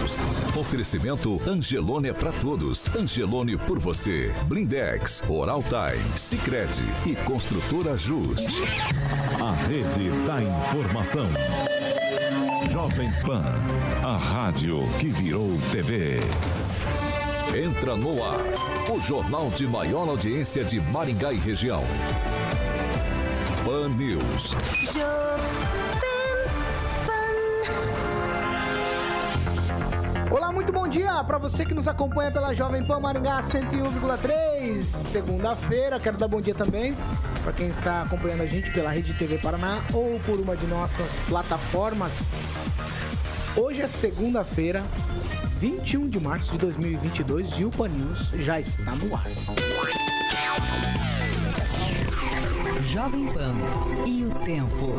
todos. Oferecimento Angelone é pra todos. Angelone por você. Blindex, Oral Time, Sicredi e Construtora Just. A Rede da Informação. Jovem Pan, a rádio que virou TV. Entra no ar, o jornal de maior audiência de Maringá e região. Pan News. Olá, muito bom dia para você que nos acompanha pela Jovem Pan Maringá 101,3. Segunda-feira, quero dar bom dia também para quem está acompanhando a gente pela Rede TV Paraná ou por uma de nossas plataformas. Hoje é segunda-feira, 21 de março de 2022 e o Pan News já está no ar. Jovem Pan e o tempo.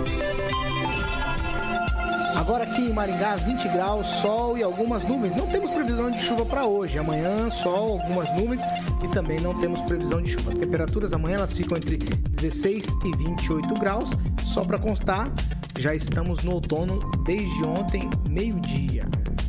Agora aqui em Maringá, 20 graus, sol e algumas nuvens. Não temos previsão de chuva para hoje. Amanhã, sol, algumas nuvens e também não temos previsão de chuva. As temperaturas amanhã elas ficam entre 16 e 28 graus. Só para constar, já estamos no outono desde ontem, meio-dia.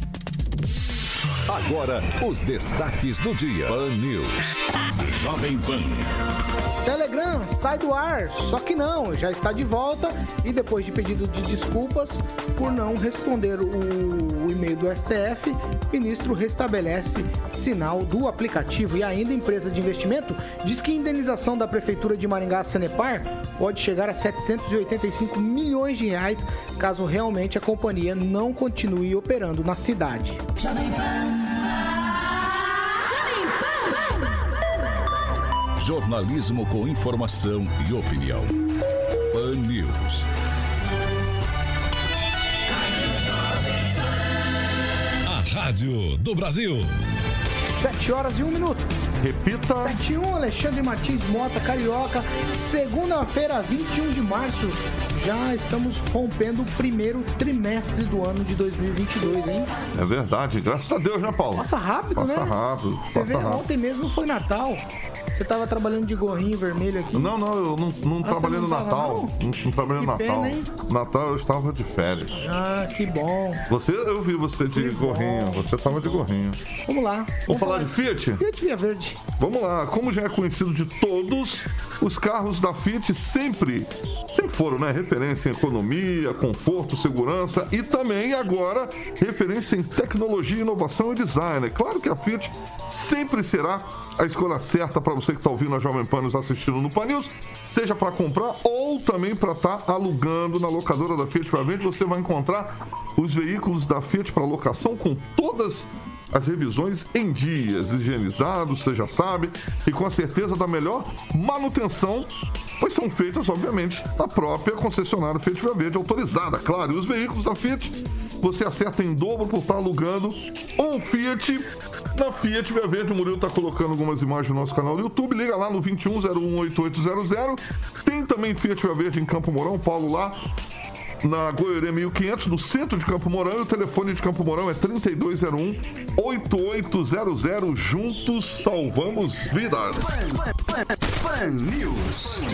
Agora, os destaques do dia. Pan News. Jovem Pan. Telegram sai do ar, só que não, já está de volta e depois de pedido de desculpas por não responder o e-mail do STF, o ministro restabelece sinal do aplicativo e ainda a empresa de investimento diz que a indenização da Prefeitura de Maringá, Sanepar, pode chegar a 785 milhões de reais caso realmente a companhia não continue operando na cidade. Jornalismo com informação e opinião. Pan News. A Rádio do Brasil. 7 horas e 1 minuto. Repita. 7h01, Alexandre Martins Mota, Carioca. Segunda-feira, 21 de março. Já estamos rompendo o primeiro trimestre do ano de 2022, hein? É verdade, graças a Deus, né, Paulo? Passa rápido, né? Passa rápido. Você vê, ontem mesmo foi Natal. Você tava trabalhando de gorrinho vermelho aqui? Não, eu não trabalhei no Natal. Não trabalhei no Natal. Pena, hein? Natal eu estava de férias. Ah, que bom. Eu vi você de gorrinho. Você estava de gorrinho. Vamos lá. Vamos falar de Fiat? Fiat Via Verde. Vamos lá. Como já é conhecido de todos, os carros da Fiat sempre foram, né? Referência em economia, conforto, segurança e também agora referência em tecnologia, inovação e design. É claro que a Fiat sempre será a escolha certa para você que está ouvindo a Jovem Pan nos assistindo no Pan News, seja para comprar ou também para estar alugando na locadora da Fiat Via Verde. Você vai encontrar os veículos da Fiat para locação com todas as revisões em dias, higienizados, você já sabe, e com a certeza da melhor manutenção, pois são feitas, obviamente, na própria concessionária Fiat Via Verde, autorizada, claro. E os veículos da Fiat, você acerta em dobro por estar alugando um Fiat na Fiat Via Verde. O Murilo está colocando algumas imagens no nosso canal do YouTube. Liga lá no 21018800. Tem também Fiat Via Verde em Campo Mourão, Paulo lá na Goiorê 1500, no centro de Campo Mourão. E o telefone de Campo Mourão é 3201-8800. Juntos salvamos vidas. Pan News.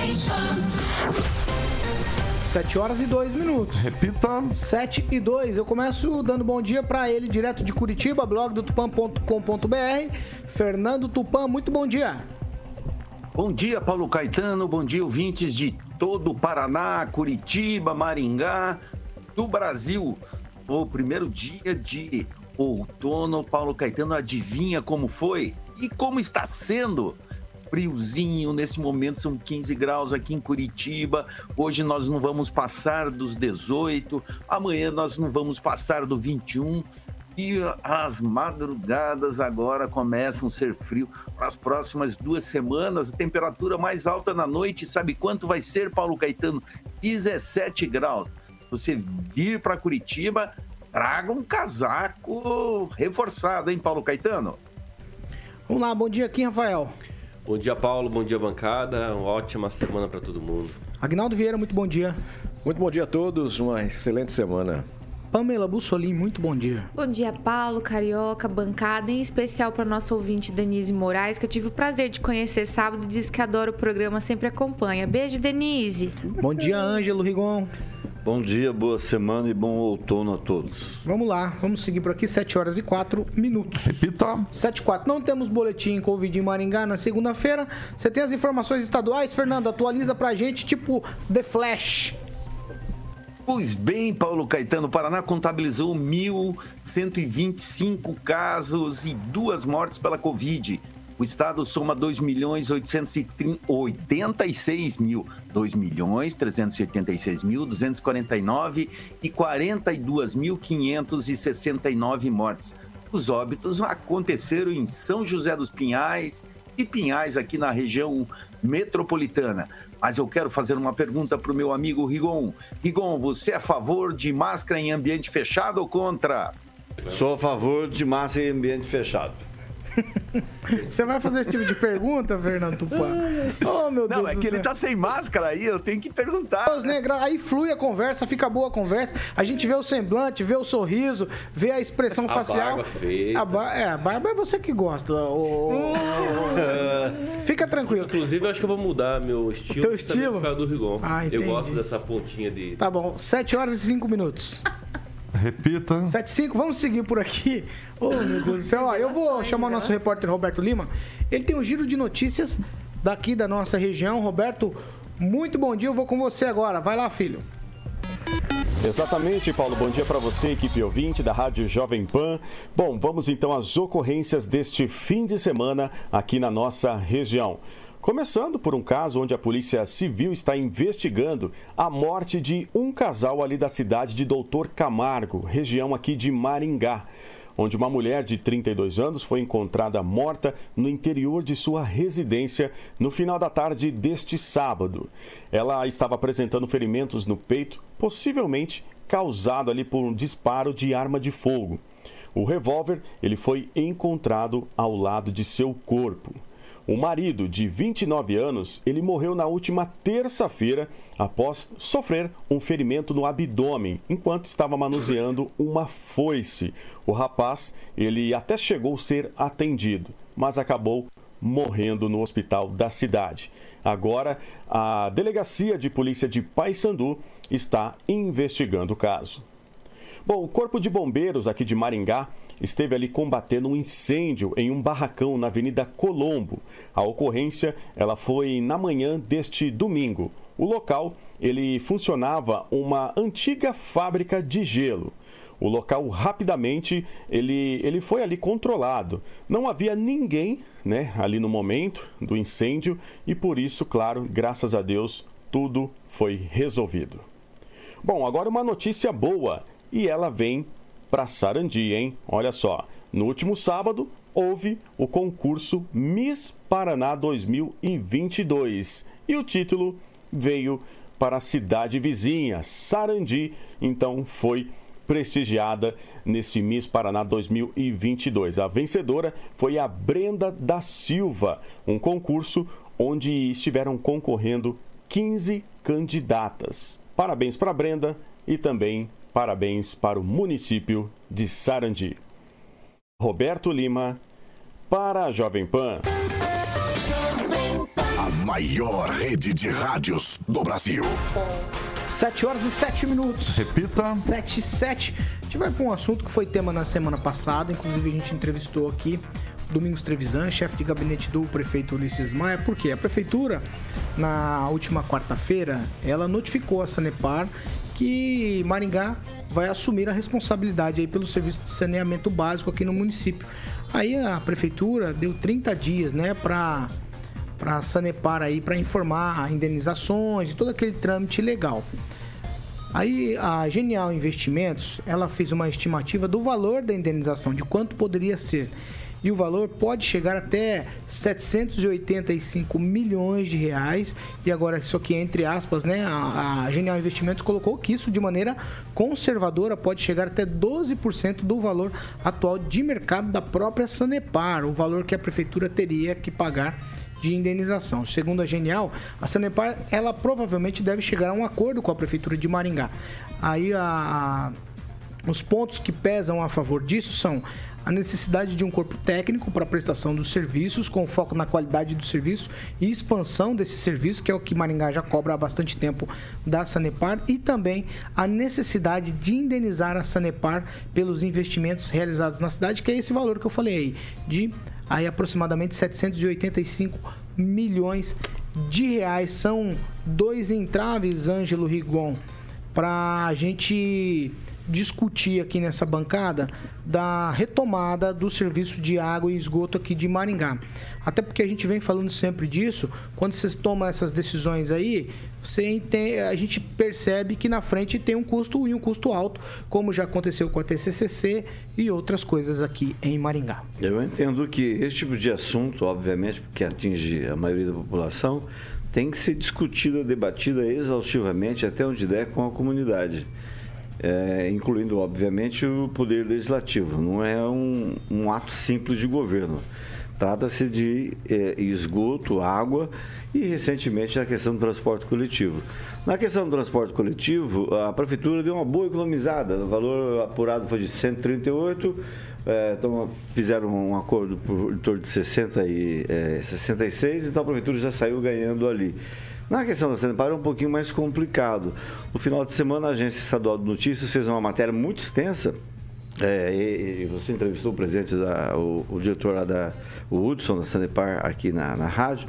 7 horas e 2 minutos. Repita. 7 e 2. Eu começo dando bom dia para ele, direto de Curitiba, blog do tupan.com.br. Fernando Tupan, muito bom dia. Bom dia, Paulo Caetano. Bom dia, ouvintes de todo o Paraná, Curitiba, Maringá, do Brasil. O primeiro dia de outono, Paulo Caetano, adivinha como foi? E como está sendo? Friozinho, nesse momento são 15 graus aqui em Curitiba. Hoje nós não vamos passar dos 18, amanhã nós não vamos passar do 21. E as madrugadas agora começam a ser frio para as próximas 2 semanas. A temperatura mais alta na noite, sabe quanto vai ser, Paulo Caetano? 17 graus. Você vir para Curitiba, traga um casaco reforçado, hein, Paulo Caetano? Vamos lá, bom dia aqui, Rafael. Bom dia, Paulo. Bom dia, bancada. Uma ótima semana para todo mundo. Agnaldo Vieira, muito bom dia. Muito bom dia a todos. Uma excelente semana. Pamela Bussolini, muito bom dia. Bom dia, Paulo, Carioca, bancada, em especial para nosso ouvinte Denise Moraes, que eu tive o prazer de conhecer sábado e disse que adora o programa, sempre acompanha. Beijo, Denise. Bom dia, Ângelo Rigon. Bom dia, boa semana e bom outono a todos. Vamos lá, vamos seguir por aqui, 7h04. Repita. 7h04. Não temos boletim Covid em Maringá na segunda-feira. Você tem as informações estaduais, Fernando? Atualiza pra gente, tipo The Flash. Pois bem, Paulo Caetano, o Paraná contabilizou 1.125 casos e 2 mortes pela Covid. O estado soma 2.386.249 e 42.569 mortes. Os óbitos aconteceram em São José dos Pinhais e Pinhais, aqui na região metropolitana. Mas eu quero fazer uma pergunta para o meu amigo Rigon. Rigon, você é a favor de máscara em ambiente fechado ou contra? Sou a favor de máscara em ambiente fechado. Você vai fazer esse tipo de pergunta, Fernando Tupã? Oh, meu Deus. Não, é que ele tá sem máscara aí, eu tenho que perguntar. Deus, né? Aí flui a conversa, fica boa a conversa. A gente vê o semblante, vê o sorriso, vê a expressão facial. Barba feita. A barba é você que gosta. Fica tranquilo. Inclusive, eu acho que eu vou mudar meu estilo. Teu estilo? Por causa do Rigon. Entendi. Eu gosto dessa pontinha de... Tá bom, 7h05. Repita. 7h05, vamos seguir por aqui. Oh, meu Deus do céu. Ó, eu vou chamar o nosso repórter Roberto Lima. Ele tem um giro de notícias daqui da nossa região. Roberto, muito bom dia. Eu vou com você agora. Vai lá, filho. Exatamente, Paulo. Bom dia para você, equipe ouvinte da Rádio Jovem Pan. Bom, vamos então às ocorrências deste fim de semana aqui na nossa região. Começando por um caso onde a Polícia Civil está investigando a morte de um casal ali da cidade de Doutor Camargo, região aqui de Maringá, onde uma mulher de 32 anos foi encontrada morta no interior de sua residência no final da tarde deste sábado. Ela estava apresentando ferimentos no peito, possivelmente causado ali por um disparo de arma de fogo. O revólver, ele foi encontrado ao lado de seu corpo. O marido, de 29 anos, ele morreu na última terça-feira após sofrer um ferimento no abdômen, enquanto estava manuseando uma foice. O rapaz, ele até chegou a ser atendido, mas acabou morrendo no hospital da cidade. Agora, a Delegacia de Polícia de Paysandu está investigando o caso. Bom, o Corpo de Bombeiros aqui de Maringá esteve ali combatendo um incêndio em um barracão na Avenida Colombo. A ocorrência, ela foi na manhã deste domingo. O local, ele funcionava uma antiga fábrica de gelo. O local rapidamente, ele foi ali controlado. Não havia ninguém, né, ali no momento do incêndio e por isso, claro, graças a Deus, tudo foi resolvido. Bom, agora uma notícia boa. E ela vem para Sarandi, hein? Olha só, no último sábado houve o concurso Miss Paraná 2022 e o título veio para a cidade vizinha, Sarandi, então foi prestigiada nesse Miss Paraná 2022. A vencedora foi a Brenda da Silva, um concurso onde estiveram concorrendo 15 candidatas. Parabéns para a Brenda e também parabéns para o município de Sarandi. Roberto Lima, para a Jovem Pan. A maior rede de rádios do Brasil. 7h07. Repita. 7h07. A gente vai para um assunto que foi tema na semana passada. Inclusive, a gente entrevistou aqui Domingos Trevisan, chefe de gabinete do prefeito Ulisses Maia. Por quê? A prefeitura, na última quarta-feira, ela notificou a Sanepar que Maringá vai assumir a responsabilidade aí pelo serviço de saneamento básico aqui no município. Aí a prefeitura deu 30 dias, né, para Sanepar aí, para informar indenizações e todo aquele trâmite legal. Aí a Genial Investimentos, ela fez uma estimativa do valor da indenização, de quanto poderia ser. E o valor pode chegar até 785 milhões de reais. E agora, isso aqui entre aspas, né? A Genial Investimentos colocou que isso, de maneira conservadora, pode chegar até 12% do valor atual de mercado da própria Sanepar, o valor que a prefeitura teria que pagar de indenização. Segundo a Genial, a Sanepar, ela provavelmente deve chegar a um acordo com a prefeitura de Maringá. Aí os pontos que pesam a favor disso são a necessidade de um corpo técnico para a prestação dos serviços, com foco na qualidade do serviço e expansão desse serviço, que é o que Maringá já cobra há bastante tempo da Sanepar, e também a necessidade de indenizar a Sanepar pelos investimentos realizados na cidade, que é esse valor que eu falei aí, de aí aproximadamente 785 milhões de reais. São 2 entraves, Ângelo Rigon, para a gente discutir aqui nessa bancada da retomada do serviço de água e esgoto aqui de Maringá. Até porque a gente vem falando sempre disso, quando vocês tomam essas decisões aí, a gente percebe que na frente tem um custo e um custo alto, como já aconteceu com a TCCC e outras coisas aqui em Maringá. Eu entendo que esse tipo de assunto, obviamente, porque atinge a maioria da população, tem que ser discutida, debatida exaustivamente até onde der com a comunidade. Incluindo, obviamente, o poder legislativo. Não é um ato simples de governo. Trata-se de esgoto, água e, recentemente, a questão do transporte coletivo. Na questão do transporte coletivo, a Prefeitura deu uma boa economizada. O valor apurado foi de 138, então fizeram um acordo por em torno de 66, então a Prefeitura já saiu ganhando ali. Na questão da Sanepar é um pouquinho mais complicado. No final de semana, a Agência Estadual de Notícias fez uma matéria muito extensa. E você entrevistou o presidente, o diretor lá o Hudson da Sanepar aqui na rádio.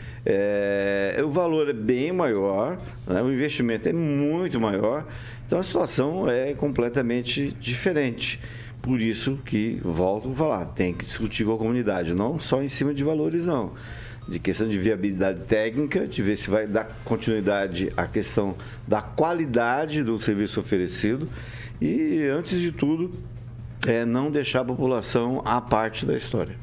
O valor é bem maior, né? O investimento é muito maior, então a situação é completamente diferente. Por isso que, volto a falar, tem que discutir com a comunidade, não só em cima de valores, não. De questão de viabilidade técnica, de ver se vai dar continuidade à questão da qualidade do serviço oferecido e, antes de tudo, não deixar a população à parte da história.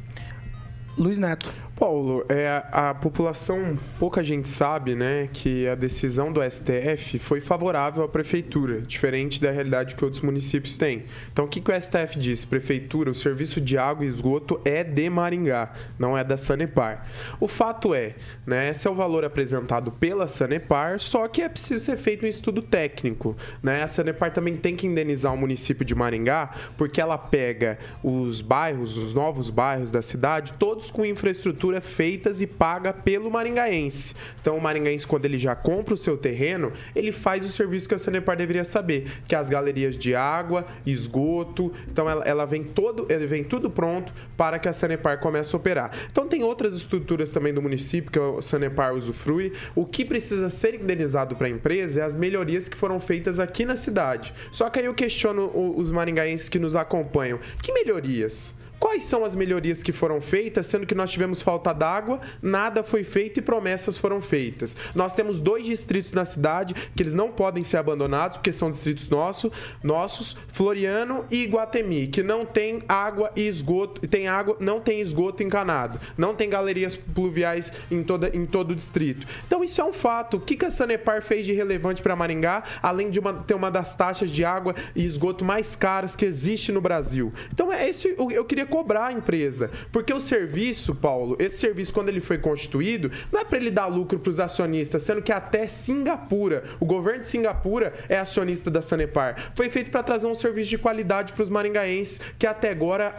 Luiz Neto. Paulo, a população, pouca gente sabe, né, que a decisão do STF foi favorável à prefeitura, diferente da realidade que outros municípios têm. Então, o que o STF disse? Prefeitura, o serviço de água e esgoto é de Maringá, não é da Sanepar. O fato né, esse é o valor apresentado pela Sanepar, só que é preciso ser feito um estudo técnico, né? A Sanepar também tem que indenizar o município de Maringá, porque ela pega os novos bairros da cidade, todos com infraestrutura feitas e paga pelo maringaense. Então, o maringaense, quando ele já compra o seu terreno, ele faz o serviço que a Sanepar deveria saber, que é as galerias de água, esgoto. Então, ela vem tudo pronto para que a Sanepar comece a operar. Então, tem outras estruturas também do município que a Sanepar usufrui. O que precisa ser indenizado para a empresa é as melhorias que foram feitas aqui na cidade. Só que aí eu questiono os maringaenses que nos acompanham. Que melhorias? Quais são as melhorias que foram feitas, sendo que nós tivemos falta d'água, nada foi feito e promessas foram feitas? Nós temos 2 distritos na cidade que eles não podem ser abandonados, porque são distritos nossos, Floriano e Iguatemi, que não tem água e esgoto, não tem esgoto encanado, não tem galerias pluviais em todo o distrito. Então isso é um fato. O que a Sanepar fez de relevante para Maringá, além de ter uma das taxas de água e esgoto mais caras que existe no Brasil? Então eu queria cobrar a empresa, porque o serviço, Paulo, esse serviço, quando ele foi constituído, não é para ele dar lucro para os acionistas, sendo que até Singapura, o governo de Singapura é acionista da Sanepar. Foi feito para trazer um serviço de qualidade para os maringaenses, que até agora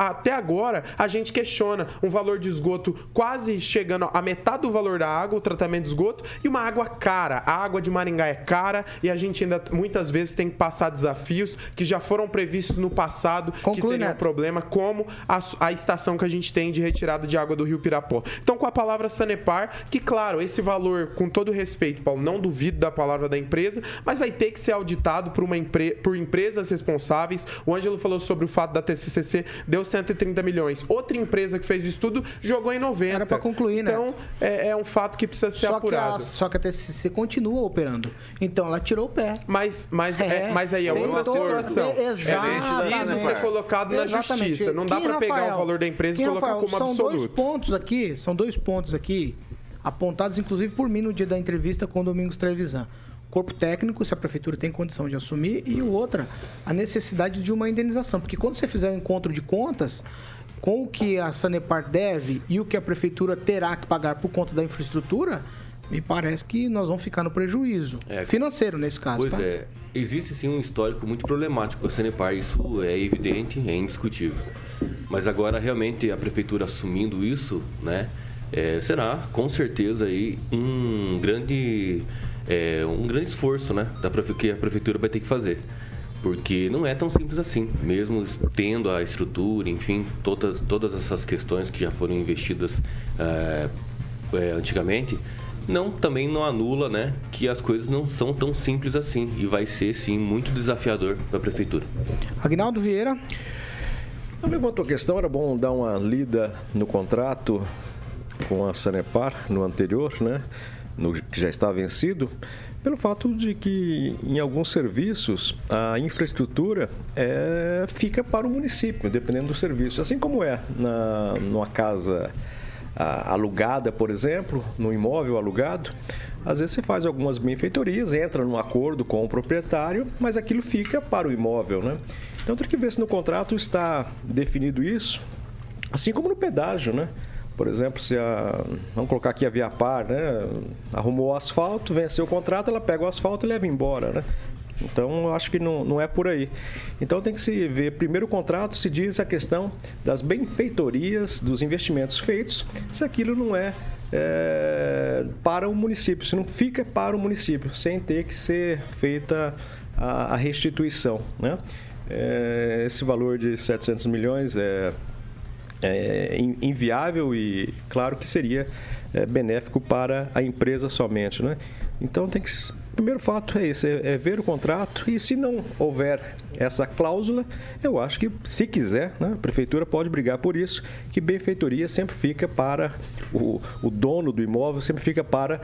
a gente questiona um valor de esgoto quase chegando a metade do valor da água, o tratamento de esgoto, e uma água cara. A água de Maringá é cara e a gente ainda muitas vezes tem que passar desafios que já foram previstos no passado, que teriam problema, como a estação que a gente tem de retirada de água do Rio Pirapó. Então, com a palavra Sanepar, que claro, esse valor, com todo respeito, Paulo, não duvido da palavra da empresa, mas vai ter que ser auditado por empresas responsáveis. O Ângelo falou sobre o fato da TCCC, deu 130 milhões. Outra empresa que fez o estudo jogou em 90. Era para concluir, né? Então, é um fato que precisa ser apurado. Só que a TCCC continua operando. Então, ela tirou o pé. Mas aí é outra situação. É preciso ser colocado na justiça. Não dá para pegar o valor da empresa e colocar como absoluto. São dois pontos aqui, apontados inclusive por mim no dia da entrevista com o Domingos Trevisan. Corpo técnico, se a prefeitura tem condição de assumir, e outra, a necessidade de uma indenização. Porque quando você fizer um encontro de contas, com o que a Sanepar deve e o que a prefeitura terá que pagar por conta da infraestrutura, me parece que nós vamos ficar no prejuízo financeiro nesse caso. Pois tá? existe sim um histórico muito problemático com a Sanepar, isso é evidente, é indiscutível. Mas agora realmente a prefeitura assumindo isso, né, será com certeza aí um grande esforço, né, que a prefeitura vai ter que fazer. Porque não é tão simples assim, mesmo tendo a estrutura, enfim, todas essas questões que já foram investidas antigamente, também não anula, né, que as coisas não são tão simples assim e vai ser, sim, muito desafiador para a prefeitura. Aguinaldo Vieira. Eu levanto a questão, era bom dar uma lida no contrato com a Sanepar, no anterior, né, que já está vencido, pelo fato de que em alguns serviços a infraestrutura fica para o município, dependendo do serviço. Assim como numa casa alugada, por exemplo, no imóvel alugado, às vezes você faz algumas benfeitorias, entra num acordo com o proprietário, mas aquilo fica para o imóvel, né? Então tem que ver se no contrato está definido isso, assim como no pedágio, né? Por exemplo, vamos colocar aqui a Viapar, né? Arrumou o asfalto, venceu o contrato, ela pega o asfalto e leva embora, né? Então, eu acho que não é por aí. Então, tem que se ver, primeiro o contrato, se diz a questão das benfeitorias, dos investimentos feitos, se aquilo não é para o município, se não fica para o município, sem ter que ser feita a restituição, né? Esse valor de 700 milhões é inviável e claro que seria benéfico para a empresa somente, né? Então o primeiro fato é esse, é ver o contrato, e se não houver essa cláusula, eu acho que, se quiser, né, a prefeitura pode brigar por isso, que benfeitoria sempre fica para o dono do imóvel, sempre fica para...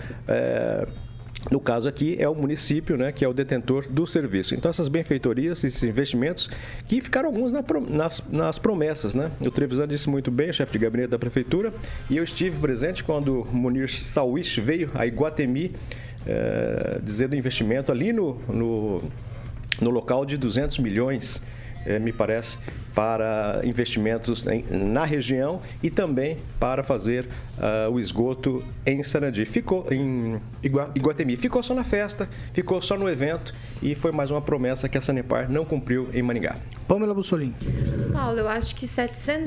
No caso aqui é o município, né, que é o detentor do serviço. Então essas benfeitorias, esses investimentos, que ficaram alguns nas promessas, né? O Trevisan disse muito bem, chefe de gabinete da prefeitura, e eu estive presente quando o Munir Sauish veio a Iguatemi dizer do investimento ali no local de 200 milhões, me parece, para investimentos na região e também para fazer o esgoto em Sarandi. Ficou em Iguatemi. Ficou só na festa, ficou só no evento e foi mais uma promessa que a Sanepar não cumpriu em Maringá. Pamela Bussolini. Paulo, eu acho que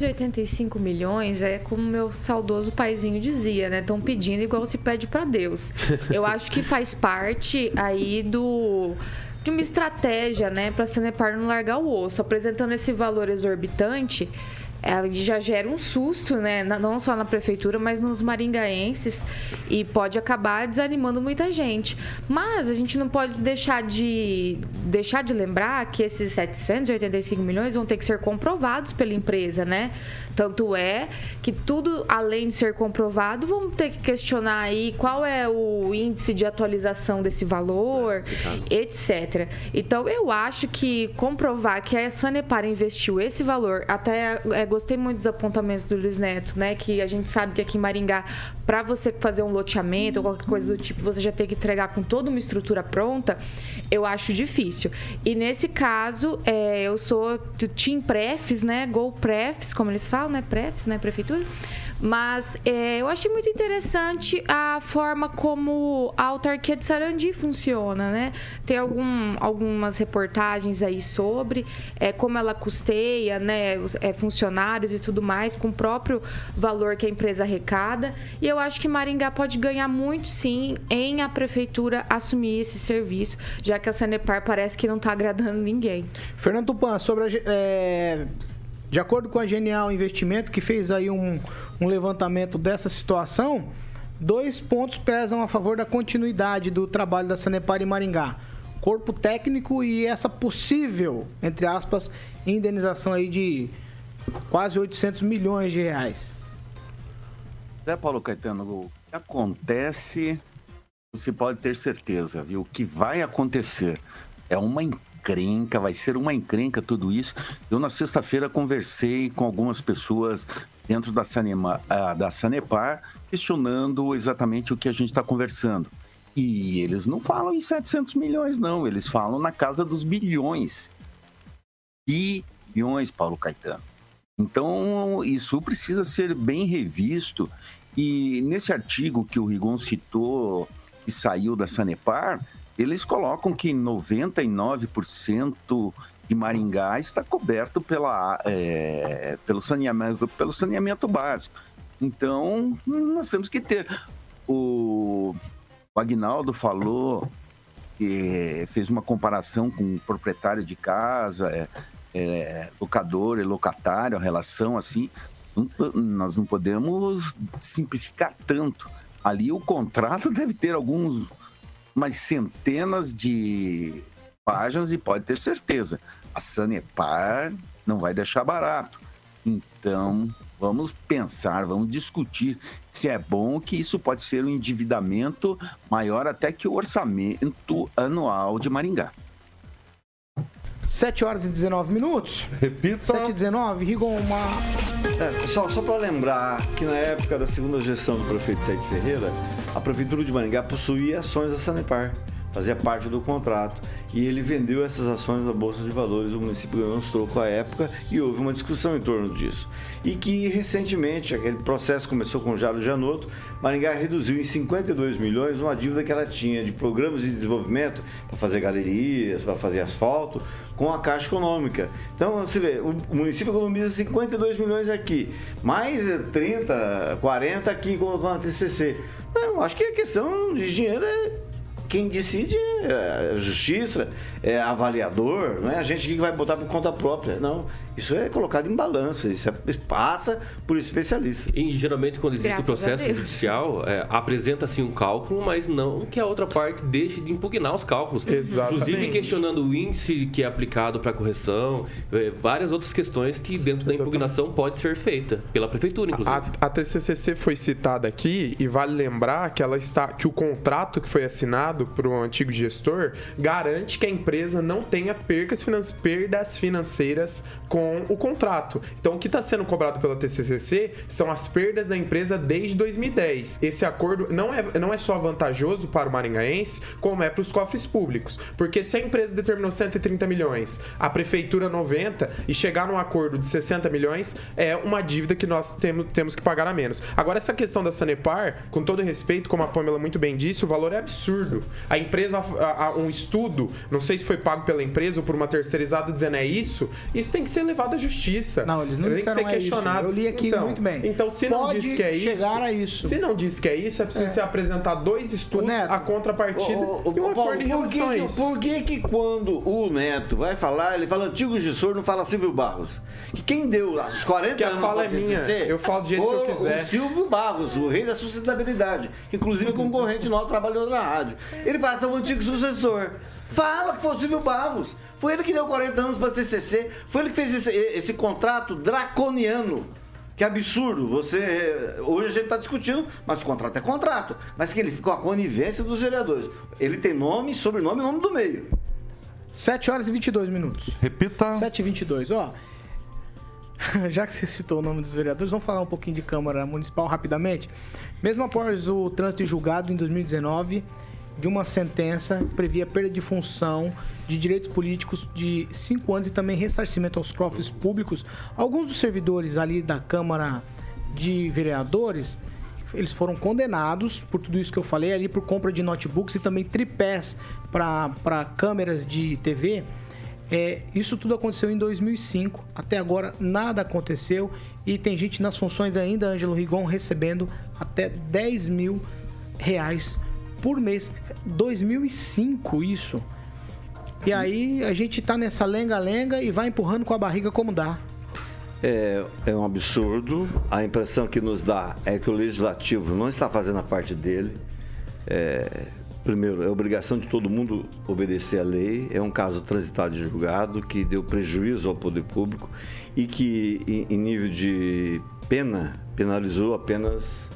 785 milhões é como meu saudoso paizinho dizia, né? Estão pedindo igual se pede para Deus. Eu acho que faz parte aí de uma estratégia, né, para a Sanepar não largar o osso. Apresentando esse valor exorbitante, já gera um susto, né, não só na prefeitura, mas nos maringaenses, e pode acabar desanimando muita gente. Mas a gente não pode deixar de lembrar que esses 785 milhões vão ter que ser comprovados pela empresa, né? Tanto é que tudo, além de ser comprovado, vamos ter que questionar aí qual é o índice de atualização desse valor, etc. Então, eu acho que comprovar que a Sanepar investiu esse valor, até gostei muito dos apontamentos do Luiz Neto, né? Que a gente sabe que aqui em Maringá, para você fazer um loteamento ou qualquer coisa do tipo, você já tem que entregar com toda uma estrutura pronta, eu acho difícil. E nesse caso, eu sou do Team Prefs, né? Go Prefs, como eles falam, né? Prefs, né? Prefeitura. Mas eu achei muito interessante a forma como a autarquia de Sarandi funciona, né? Tem algumas reportagens aí sobre como ela custeia, né? Funcionários e tudo mais, com o próprio valor que a empresa arrecada. E eu acho que Maringá pode ganhar muito, sim, em a prefeitura assumir esse serviço, já que a Sanepar parece que não está agradando ninguém. Fernando Tupan, sobre de acordo com a Genial Investimento, que fez aí um levantamento dessa situação, 2 pontos pesam a favor da continuidade do trabalho da Sanepar em Maringá: corpo técnico e essa possível, entre aspas, indenização aí de quase 800 milhões de reais. Paulo Caetano, o que acontece, você pode ter certeza, viu? O que vai acontecer é uma encrenca, vai ser uma encrenca tudo isso. Eu, na sexta-feira, conversei com algumas pessoas dentro da Sanepar, questionando exatamente o que a gente está conversando. E eles não falam em 700 milhões, não. Eles falam na casa dos bilhões. Bilhões, Paulo Caetano. Então, isso precisa ser bem revisto. E nesse artigo que o Rigon citou, que saiu da Sanepar, eles colocam que 99% de Maringá está coberto pelo saneamento básico. Então, nós temos que ter. O Aguinaldo falou, fez uma comparação com o proprietário de casa, locador e locatário, a relação assim. Nós não podemos simplificar tanto. Ali o contrato deve ter umas centenas de páginas e pode ter certeza. A Sanepar não vai deixar barato. Então, vamos pensar, vamos discutir se é bom, que isso pode ser um endividamento maior até que o orçamento anual de Maringá. 7h19. Repita. 7h19, Rigon, Só para lembrar que na época da segunda gestão do prefeito Said Ferreira, a Prefeitura de Maringá possuía ações da Sanepar, fazia parte do contrato, e ele vendeu essas ações da Bolsa de Valores, o município ganhou uns trocos à época e houve uma discussão em torno disso. E que recentemente, aquele processo começou com o Jário Janotto, Maringá reduziu em 52 milhões uma dívida que ela tinha de programas de desenvolvimento para fazer galerias, para fazer asfalto, com a Caixa Econômica. Então, você vê, o município economiza 52 milhões aqui, mais 30, 40 aqui com a TCC. Eu acho que a questão de dinheiro quem decide é a justiça, é avaliador, não é a gente que vai botar por conta própria. Não, isso é colocado em balança, isso passa por especialistas. E geralmente quando existe o processo judicial, apresenta-se um cálculo, mas não que a outra parte deixe de impugnar os cálculos. Exatamente. Inclusive questionando o índice que é aplicado para correção, várias outras questões que dentro da impugnação pode ser feita pela prefeitura, inclusive. A TCCC foi citada aqui e vale lembrar que que o contrato que foi assinado para o antigo gestor garante que a empresa não tenha perdas financeiras com o contrato. Então, o que está sendo cobrado pela TCCC são as perdas da empresa desde 2010. Esse acordo não é só vantajoso para o maringaense, como é para os cofres públicos. Porque se a empresa determinou 130 milhões, a prefeitura 90 e chegar num acordo de 60 milhões, é uma dívida que nós temos que pagar a menos. Agora, essa questão da Sanepar, com todo respeito, como a Pamela muito bem disse, o valor é absurdo. A empresa, um estudo, não sei se foi pago pela empresa ou por uma terceirizada dizendo isso tem que ser levado à justiça. Não, eles não disseram isso. Eu li aqui muito bem. Então, se não diz que é isso, se não diz que é isso, é preciso se apresentar 2 estudos, a contrapartida e um acordo em relação a isso. Por que quando o Neto vai falar, ele fala antigo gestor, não fala Silvio Barros? Que quem deu lá os 40 que anos a fala é minha, eu falo do jeito que eu quiser. O Silvio Barros, o rei da sustentabilidade, que inclusive é concorrente nosso, trabalhou na rádio. Ele fala, o antigo sucessor. Fala que foi o Silvio Barros. Foi ele que deu 40 anos para a TCC. Foi ele que fez esse contrato draconiano. Que absurdo. Hoje a gente está discutindo, mas o contrato é contrato. Mas que ele ficou a conivência dos vereadores. Ele tem nome, sobrenome e nome do meio. 7h22. Repita. 7h22. Já que você citou o nome dos vereadores, vamos falar um pouquinho de Câmara Municipal rapidamente. Mesmo após o trânsito julgado em 2019... de uma sentença que previa perda de função de direitos políticos de 5 anos e também ressarcimento aos cofres públicos. Alguns dos servidores ali da Câmara de Vereadores, eles foram condenados por tudo isso que eu falei ali, por compra de notebooks e também tripés para câmeras de TV. Isso tudo aconteceu em 2005, até agora nada aconteceu e tem gente nas funções ainda, Ângelo Rigon, recebendo até R$10 mil por mês. 2005 isso. E aí a gente tá nessa lenga-lenga e vai empurrando com a barriga como dá. É um absurdo. A impressão que nos dá é que o Legislativo não está fazendo a parte dele. Primeiro, é obrigação de todo mundo obedecer à lei. É um caso transitado e julgado que deu prejuízo ao poder público e que, em nível de pena, penalizou apenas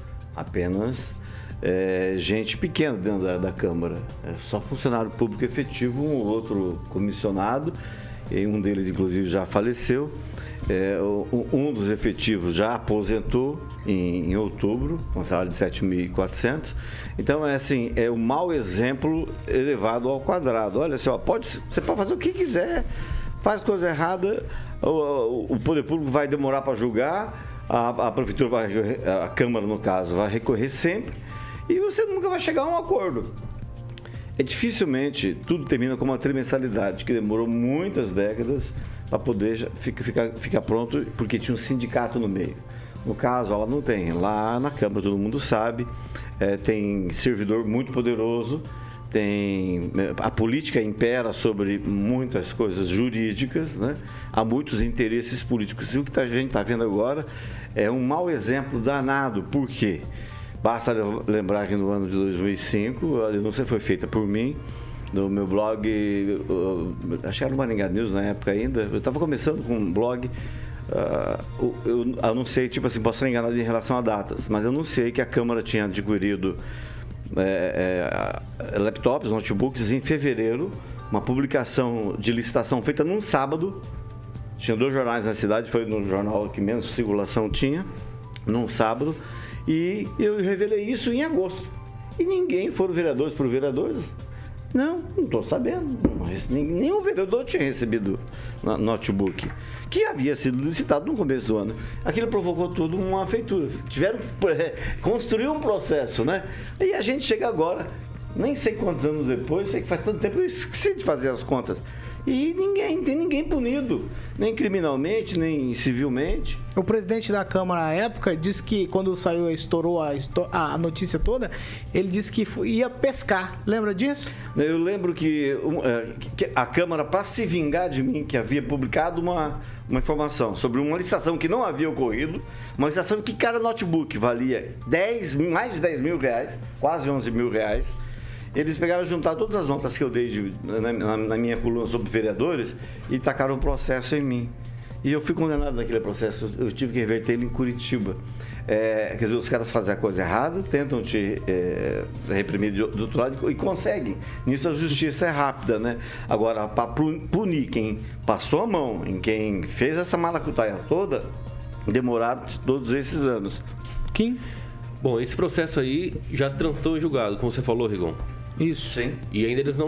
gente pequena dentro da Câmara. Só funcionário público efetivo, um ou outro comissionado, e um deles, inclusive, já faleceu. Um dos efetivos já aposentou em outubro, com salário de 7.400. Então, é um mau exemplo elevado ao quadrado. Olha só, você pode fazer o que quiser, faz coisa errada, o poder público vai demorar para julgar, a prefeitura a Câmara, no caso, vai recorrer sempre, e você nunca vai chegar a um acordo. dificilmente tudo termina com uma trimestralidade, que demorou muitas décadas para poder ficar pronto, porque tinha um sindicato no meio. No caso, ela não tem. Lá na Câmara, todo mundo sabe, tem servidor muito poderoso, a política impera sobre muitas coisas jurídicas, né? Há muitos interesses políticos. E o que a gente está vendo agora é um mau exemplo danado. Por quê? Basta lembrar que no ano de 2005, a denúncia foi feita por mim, no meu blog, acho que era no Maringá News na época ainda, eu estava começando com um blog, eu anunciei, tipo assim, posso estar enganado em relação a datas, mas eu anunciei que a Câmara tinha adquirido laptops, notebooks em fevereiro, uma publicação de licitação feita num sábado, tinha 2 jornais na cidade, foi no jornal que menos circulação tinha, num sábado, e eu revelei isso em agosto. E ninguém, foram vereadores por vereadores? Não estou sabendo. Nenhum vereador tinha recebido notebook, que havia sido licitado no começo do ano. Aquilo provocou tudo uma feitura. Tiveram que construir um processo, né? E a gente chega agora, nem sei quantos anos depois, sei que faz tanto tempo que eu esqueci de fazer as contas. E tem ninguém punido, nem criminalmente, nem civilmente. O presidente da Câmara, à época, disse que quando saiu, estourou a notícia toda, ele disse que ia pescar. Lembra disso? Eu lembro que a Câmara, para se vingar de mim, que havia publicado uma informação sobre uma licitação que não havia ocorrido, uma licitação que cada notebook valia mais de 10 mil reais, quase 11 mil reais. Eles pegaram, juntar todas as notas que eu dei na minha coluna sobre vereadores e tacaram um processo em mim. E eu fui condenado naquele processo, eu tive que reverter ele em Curitiba. Quer dizer, os caras fazem a coisa errada, tentam te reprimir do outro lado e conseguem. Nisso a justiça é rápida, né? Agora, para punir quem passou a mão, em quem fez essa maracutaia toda, demoraram todos esses anos. Kim? Bom, esse processo aí já transitou em julgado, como você falou, Rigon. Isso. Sim. E ainda eles não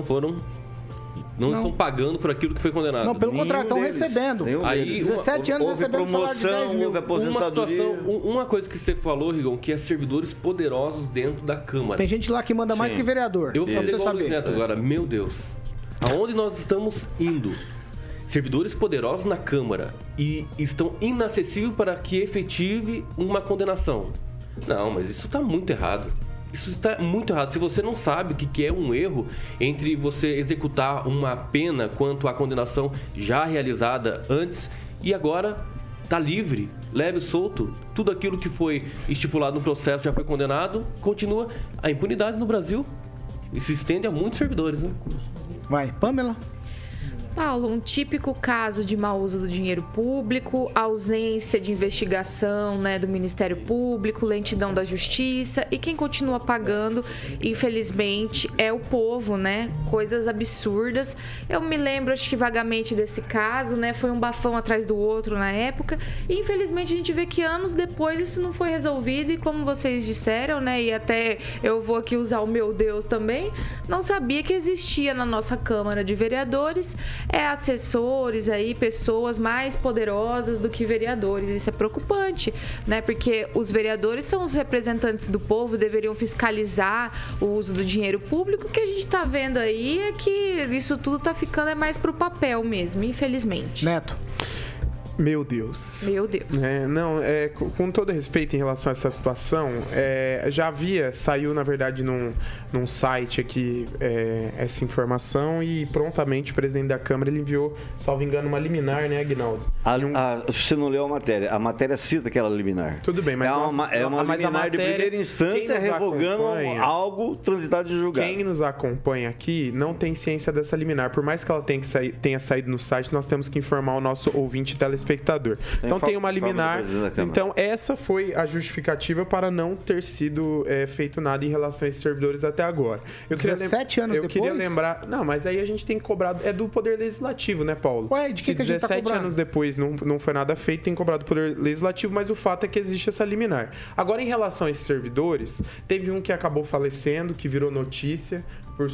estão pagando por aquilo que foi condenado. Não, pelo contrário, estão recebendo. Aí, 17 anos recebendo salário de 10 mil. Uma situação, uma coisa que você falou, Rigon, que é servidores poderosos dentro da Câmara. Tem gente lá que manda mais que vereador. Eu vou fazer igual o Luiz Neto agora. Meu Deus. Aonde nós estamos indo? Servidores poderosos na Câmara e estão inacessíveis para que efetive uma condenação. Não, mas isso está muito errado. Isso está muito errado. Se você não sabe o que é um erro entre você executar uma pena quanto à condenação já realizada antes e agora está livre, leve e solto, tudo aquilo que foi estipulado no processo já foi condenado, continua a impunidade no Brasil e se estende a muitos servidores, né? Vai, Pamela. Paulo, um típico caso de mau uso do dinheiro público, ausência de investigação, né, do Ministério Público, lentidão da Justiça, e quem continua pagando, infelizmente, é o povo, né? Coisas absurdas. Eu me lembro, acho que vagamente desse caso, né? Foi um bafão atrás do outro na época, e infelizmente a gente vê que anos depois isso não foi resolvido, e como vocês disseram, né, e até eu vou aqui usar o meu Deus também, não sabia que existia na nossa Câmara de Vereadores assessores aí, pessoas mais poderosas do que vereadores. Isso é preocupante, né? Porque os vereadores são os representantes do povo, deveriam fiscalizar o uso do dinheiro público. O que a gente tá vendo aí é que isso tudo tá ficando mais pro papel mesmo, infelizmente. Neto. Meu Deus. Meu Deus. Com todo respeito em relação a essa situação, saiu na verdade num site aqui essa informação e prontamente o presidente da Câmara ele enviou, salvo engano, uma liminar, né, Aguinaldo? Você não leu a matéria cita aquela liminar. Tudo bem, mas é uma liminar de primeira instância revogando algo transitado de julgado. Quem nos acompanha aqui não tem ciência dessa liminar, por mais que ela tenha saído no site, nós temos que informar o nosso ouvinte telespectador. Então tem uma liminar. Então essa foi a justificativa para não ter sido feito nada em relação a esses servidores até agora. 17 anos depois? Eu queria lembrar... Não, mas aí a gente tem que cobrar... É do Poder Legislativo, né, Paulo? Ué, de Se que a gente tá 17 anos depois não foi nada feito, tem que cobrar do Poder Legislativo, mas o fato é que existe essa liminar. Agora, em relação a esses servidores, teve um que acabou falecendo, que virou notícia, por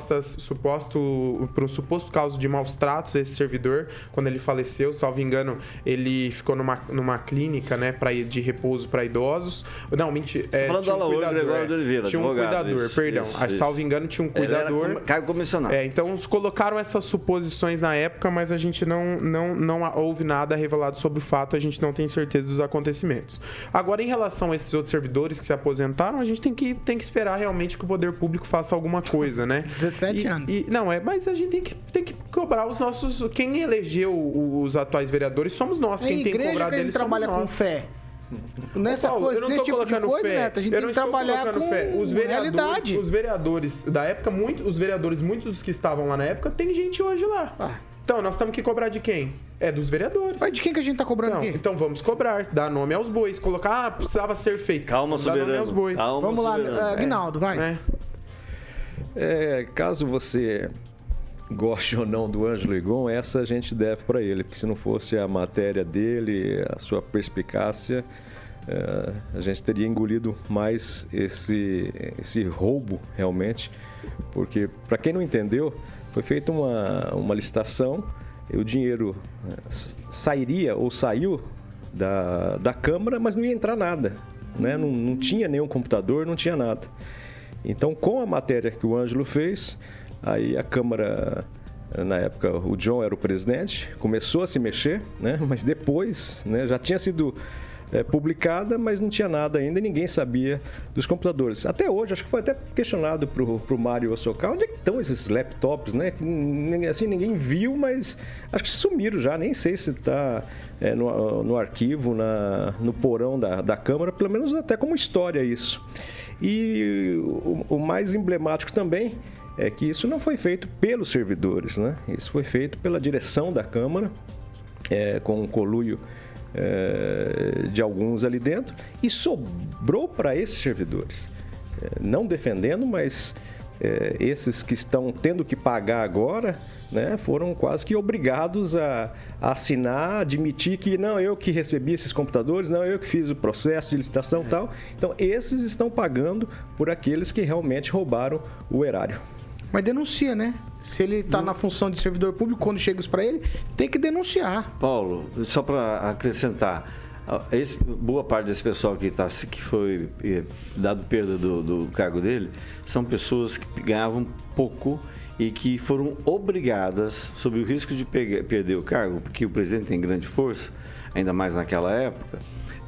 um suposto caso de maus tratos a esse servidor. Quando ele faleceu, salvo engano, ele ficou numa clínica, né, de repouso para idosos. Não, mentira. Tinha um cuidador. Tinha um cuidador, perdão. Salvo engano, tinha um cuidador. Ele era cargo comissionado. Então, colocaram essas suposições na época, mas a gente não houve nada revelado sobre o fato, a gente não tem certeza dos acontecimentos. Agora, em relação a esses outros servidores que se aposentaram, a gente tem que esperar realmente que o poder público faça alguma coisa, né? 17 anos. Mas a gente tem que cobrar os nossos... Quem elegeu os atuais vereadores somos nós. Quem tem que cobrar deles somos nós. Trabalha com fé. Nessa Paulo, coisa, eu não estou colocando coisa, fé. Neto, a gente tem que trabalhar com realidade. Os vereadores da época, muitos dos que estavam lá na época, tem gente hoje lá. Então, nós temos que cobrar de quem? É dos vereadores. Mas de quem que a gente tá cobrando aqui? Então vamos cobrar, dar nome aos bois, colocar, precisava ser feito. Calma, soberano. Dar nome aos bois. Vamos lá, Aguinaldo, vai. Caso você goste ou não do Ângelo Rigon, essa a gente deve para ele, porque se não fosse a matéria dele, a sua perspicácia, a gente teria engolido mais esse roubo realmente, porque para quem não entendeu, foi feita uma licitação e o dinheiro sairia ou saiu da Câmara, mas não ia entrar nada, né? Não tinha nenhum computador, não tinha nada. Então, com a matéria que o Ângelo fez, aí a Câmara, na época o John era o presidente, começou a se mexer, né? Mas depois, né, já tinha sido publicada, mas não tinha nada ainda e ninguém sabia dos computadores. Até hoje, acho que foi até questionado pro Mário Ossocal, onde é que estão esses laptops, né? Assim, ninguém viu, mas acho que sumiram já, nem sei se está no arquivo, no porão da Câmara, pelo menos até como história isso. E o mais emblemático também é que isso não foi feito pelos servidores, né? Isso foi feito pela direção da Câmara, com um conluio de alguns ali dentro, e sobrou para esses servidores. Não defendendo, mas esses que estão tendo que pagar agora, né, foram quase que obrigados a assinar, admitir que não, eu que recebi esses computadores, não, eu que fiz o processo de licitação e tal. Então, esses estão pagando por aqueles que realmente roubaram o erário. Mas denuncia, né? Se ele está na função de servidor público, quando chega isso para ele, tem que denunciar. Paulo, só para acrescentar, boa parte desse pessoal que foi dado perda do cargo dele, são pessoas que ganhavam pouco e que foram obrigadas, sob o risco de perder o cargo, porque o presidente tem grande força, ainda mais naquela época,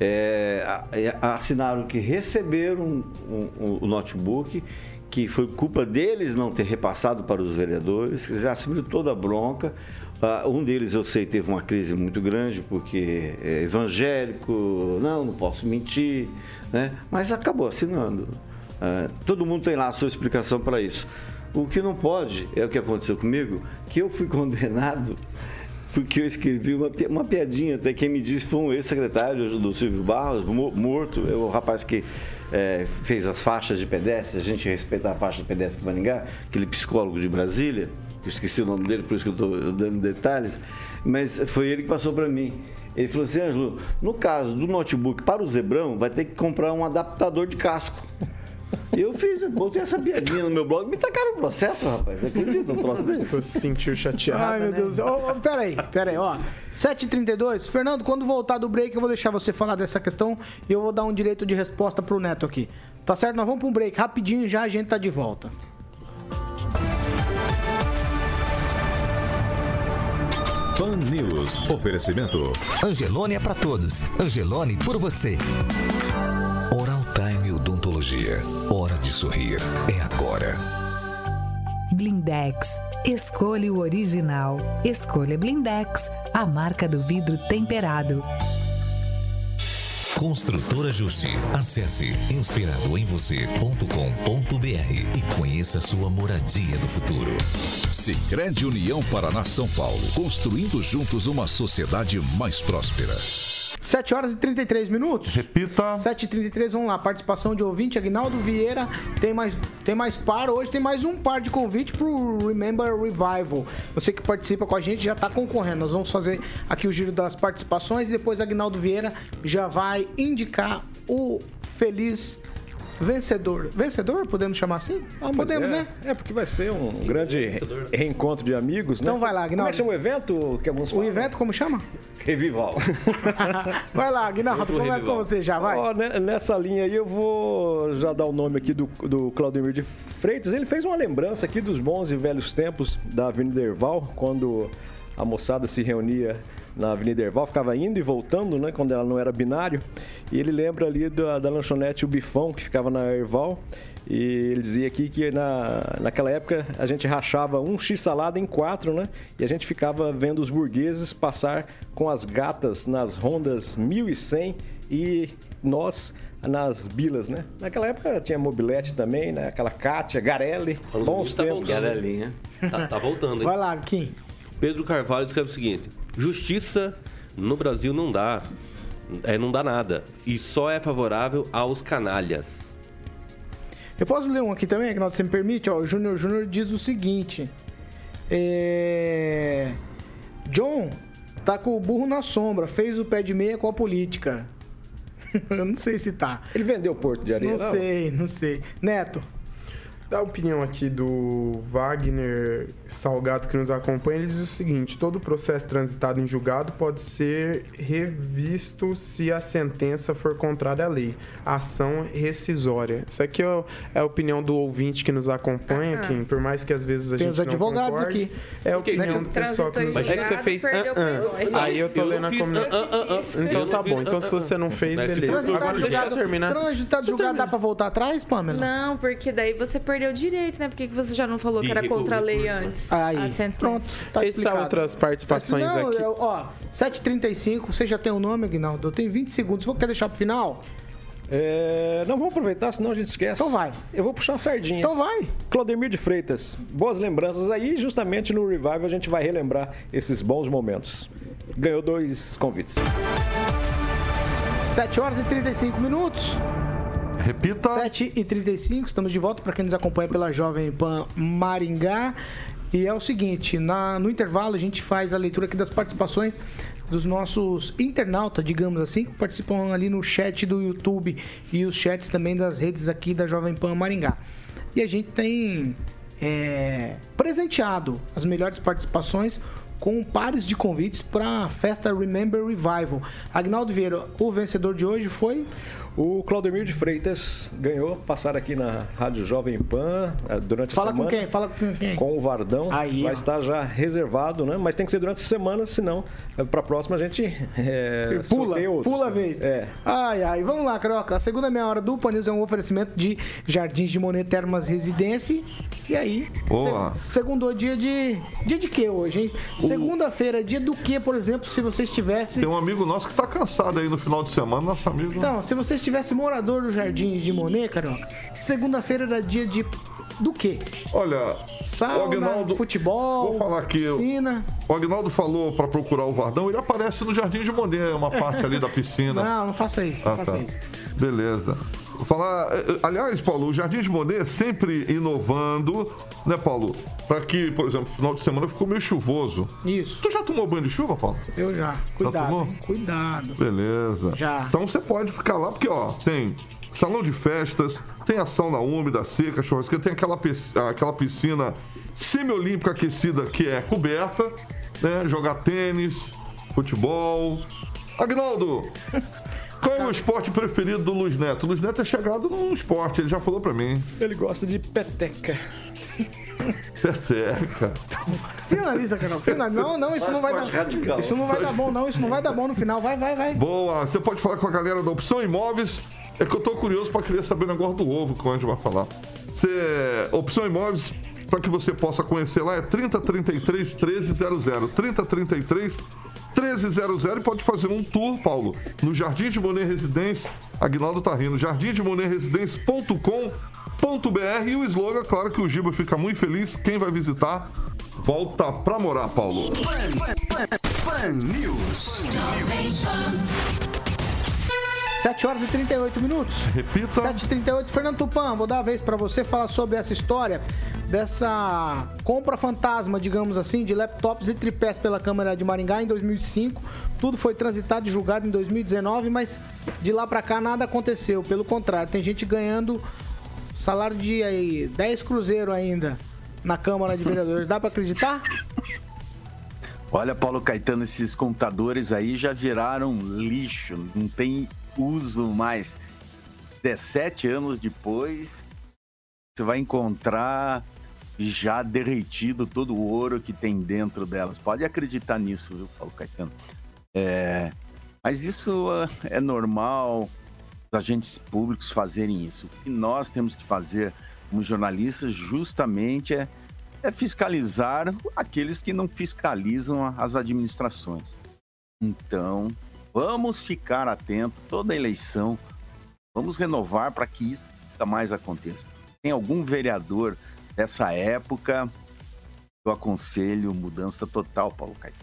assinaram que receberam o notebook, que foi culpa deles não ter repassado para os vereadores, eles assumiram toda a bronca. Um deles, eu sei, teve uma crise muito grande, porque é evangélico, não posso mentir, né? Mas acabou assinando. Todo mundo tem lá a sua explicação para isso. O que não pode, é o que aconteceu comigo, que eu fui condenado porque eu escrevi uma piadinha, até quem me disse foi um ex-secretário do Silvio Barros, morto, o rapaz que fez as faixas de pedestre, a gente respeita a faixa de pedestre de Maringá, aquele psicólogo de Brasília, que eu esqueci o nome dele, por isso que eu estou dando detalhes, mas foi ele que passou para mim. Ele falou assim: Ângelo, no caso do notebook para o Zebrão, vai ter que comprar um adaptador de casco. Eu botei essa piadinha no meu blog, me tacaram o processo, rapaz. Acredita no troço desse? Você se sentiu chateado. Ai, meu Deus. Peraí, ó. 7h32. Fernando, quando voltar do break, eu vou deixar você falar dessa questão e eu vou dar um direito de resposta pro Neto aqui. Tá certo? Nós vamos pra um break. Rapidinho já a gente tá de volta. Pan News. Oferecimento. Angelone é pra todos. Angelone por você. Oral Time Odontologia. Hora de sorrir. É agora. Blindex. Escolha o original. Escolha Blindex, a marca do vidro temperado. Construtora Justi. Acesse inspiradoemvocê.com.br e conheça sua moradia do futuro. Sicredi União Paraná São Paulo. Construindo juntos uma sociedade mais próspera. 7h33. Repita. 7h33, vamos lá. Participação de ouvinte, Aguinaldo Vieira. Tem mais par. Hoje tem mais um par de convite pro Remember Revival. Você que participa com a gente já tá concorrendo. Nós vamos fazer aqui o giro das participações e depois Aguinaldo Vieira já vai indicar o feliz vencedor. Vencedor, podemos chamar assim? Podemos, né? É, porque vai ser um grande reencontro de amigos, né? Então vai lá, Aguinaldo. Como é que chama o evento? Que alguns O evento como chama? Revival. Vai lá, Aguinaldo, começa com você já, vai. Ó, nessa linha aí eu vou já dar o nome aqui do Claudemir de Freitas. Ele fez uma lembrança aqui dos bons e velhos tempos da Avenida Herval, quando a moçada se reunia na Avenida Herval, ficava indo e voltando, né, quando ela não era binário. E ele lembra ali da lanchonete O Bifão, que ficava na Herval. E ele dizia aqui que naquela época a gente rachava um x-salada em 4, né? E a gente ficava vendo os burgueses passar com as gatas nas Hondas 1100 e nós nas bilas, né? Naquela época tinha mobilete também, né? Aquela Kátia, Garelli, bons tempos. Garelinha. Tá voltando, hein? Vai lá, Kim. Pedro Carvalho escreve o seguinte: justiça no Brasil não dá nada e só é favorável aos canalhas. Eu posso ler um aqui também, que você me permite? Ó, o Júnior diz o seguinte: John tá com o burro na sombra, fez o pé de meia com a política. Eu não sei se tá. Ele vendeu o Porto de Areia? Não sei. Neto. Da opinião aqui do Wagner Salgado, que nos acompanha, ele diz o seguinte: todo processo transitado em julgado pode ser revisto se a sentença for contrária à lei. Ação rescisória. Isso aqui é a opinião do ouvinte que nos acompanha, Kim, por mais que às vezes a gente não advogados concorde, aqui. É a opinião do pessoal que nos acompanha. É que você fez... Aí eu tô lendo a comunicação. Então tá bom. Então se você não fez, beleza. Agora deixa eu terminar. Transitado julgado dá pra voltar atrás, Pamela? Não, porque daí você perdeu o direito, né? Por que você já não falou que era contra a lei antes? Aí, pronto, tá explicado. Extra outras participações aqui. 7h35, você já tem o nome, Aguinaldo? Eu tenho 20 segundos. Quer deixar pro final? Não, vamos aproveitar, senão a gente esquece. Então vai. Eu vou puxar a sardinha. Então vai. Claudemir de Freitas, boas lembranças aí. Justamente no Revival a gente vai relembrar esses bons momentos. Ganhou 2 convites. 7h35. Repita. 7h35, estamos de volta para quem nos acompanha pela Jovem Pan Maringá. E é o seguinte, no intervalo a gente faz a leitura aqui das participações dos nossos internautas, digamos assim, que participam ali no chat do YouTube e os chats também das redes aqui da Jovem Pan Maringá. E a gente tem presenteado as melhores participações com pares de convites para a festa Remember Revival. Aguinaldo Vieira, o vencedor de hoje foi... O Claudemir de Freitas ganhou, passar aqui na Rádio Jovem Pan durante a semana. Fala com quem? Com o Vardão. Aí, vai estar já reservado, né? Mas tem que ser durante a semana, senão para a próxima a gente pula a vez. Ai, vamos lá, Carioca. A segunda meia hora do Pan News é um oferecimento de Jardins de Monet Termas Residência. E aí, segundo dia de quê hoje, hein? Segunda-feira, dia do quê, por exemplo, se você estivesse... Tem um amigo nosso que está cansado aí no final de semana, nosso amigo... Então, se você estivesse morador do Jardim de Monet, Carioca, segunda-feira era dia de... do quê? Olha, sauna, o Aguinaldo, futebol, vou falar aqui, piscina. O Aguinaldo falou para procurar o Vardão, ele aparece no Jardim de Monet, uma parte ali da piscina. Não faça isso, faça isso. Beleza. Vou falar, aliás, Paulo, o Jardim de Monet sempre inovando, né, Paulo? Para que, por exemplo, no final de semana ficou meio chuvoso. Isso. Tu já tomou banho de chuva, Paulo? Eu já. Cuidado, tomou? Cuidado. Beleza. Já. Então você pode ficar lá, porque, tem salão de festas, tem a sauna úmida, seca, churrasqueira, tem aquela piscina semi-olímpica aquecida que é coberta, né? Jogar tênis, futebol. Aguinaldo, qual é o esporte preferido do Luiz Neto? O Luiz Neto é chegado num esporte, ele já falou pra mim. Ele gosta de peteca. Peteca. Finaliza, Carol. Não, isso não vai dar. Radical. Isso não vai dar bom, não. Isso não vai dar bom no final. Vai. Boa, você pode falar com a galera da Opção Imóveis. É que eu tô curioso pra querer saber o negócio do ovo que o Andy vai falar. Opção Imóveis, para que você possa conhecer lá, é 3033 1300. 3033 1300 e pode fazer um tour, Paulo, no Jardim de Monet Residência. Aguinaldo tá rindo. jardimdemonetresidencia.com.br e o slogan, claro que o Giba fica muito feliz. Quem vai visitar, volta pra morar, Paulo. Pan News. 7h38. Repita. 7h38. Fernando Tupan, vou dar a vez pra você falar sobre essa história dessa compra fantasma, digamos assim, de laptops e tripés pela Câmara de Maringá em 2005. Tudo foi transitado e julgado em 2019, mas de lá pra cá nada aconteceu. Pelo contrário, tem gente ganhando salário de aí, 10 cruzeiros ainda na Câmara de Vereadores. Dá pra acreditar? Olha, Paulo Caetano, esses computadores aí já viraram lixo, não tem uso mais. 17 anos depois, você vai encontrar já derretido todo o ouro que tem dentro delas. Pode acreditar nisso, viu, Paulo Caetano? Mas isso é normal, os agentes públicos fazerem isso. O que nós temos que fazer como jornalistas justamente é fiscalizar aqueles que não fiscalizam as administrações. Então, vamos ficar atentos toda eleição, vamos renovar para que isso nunca mais aconteça. Tem algum vereador dessa época, eu aconselho mudança total, Paulo Caetano.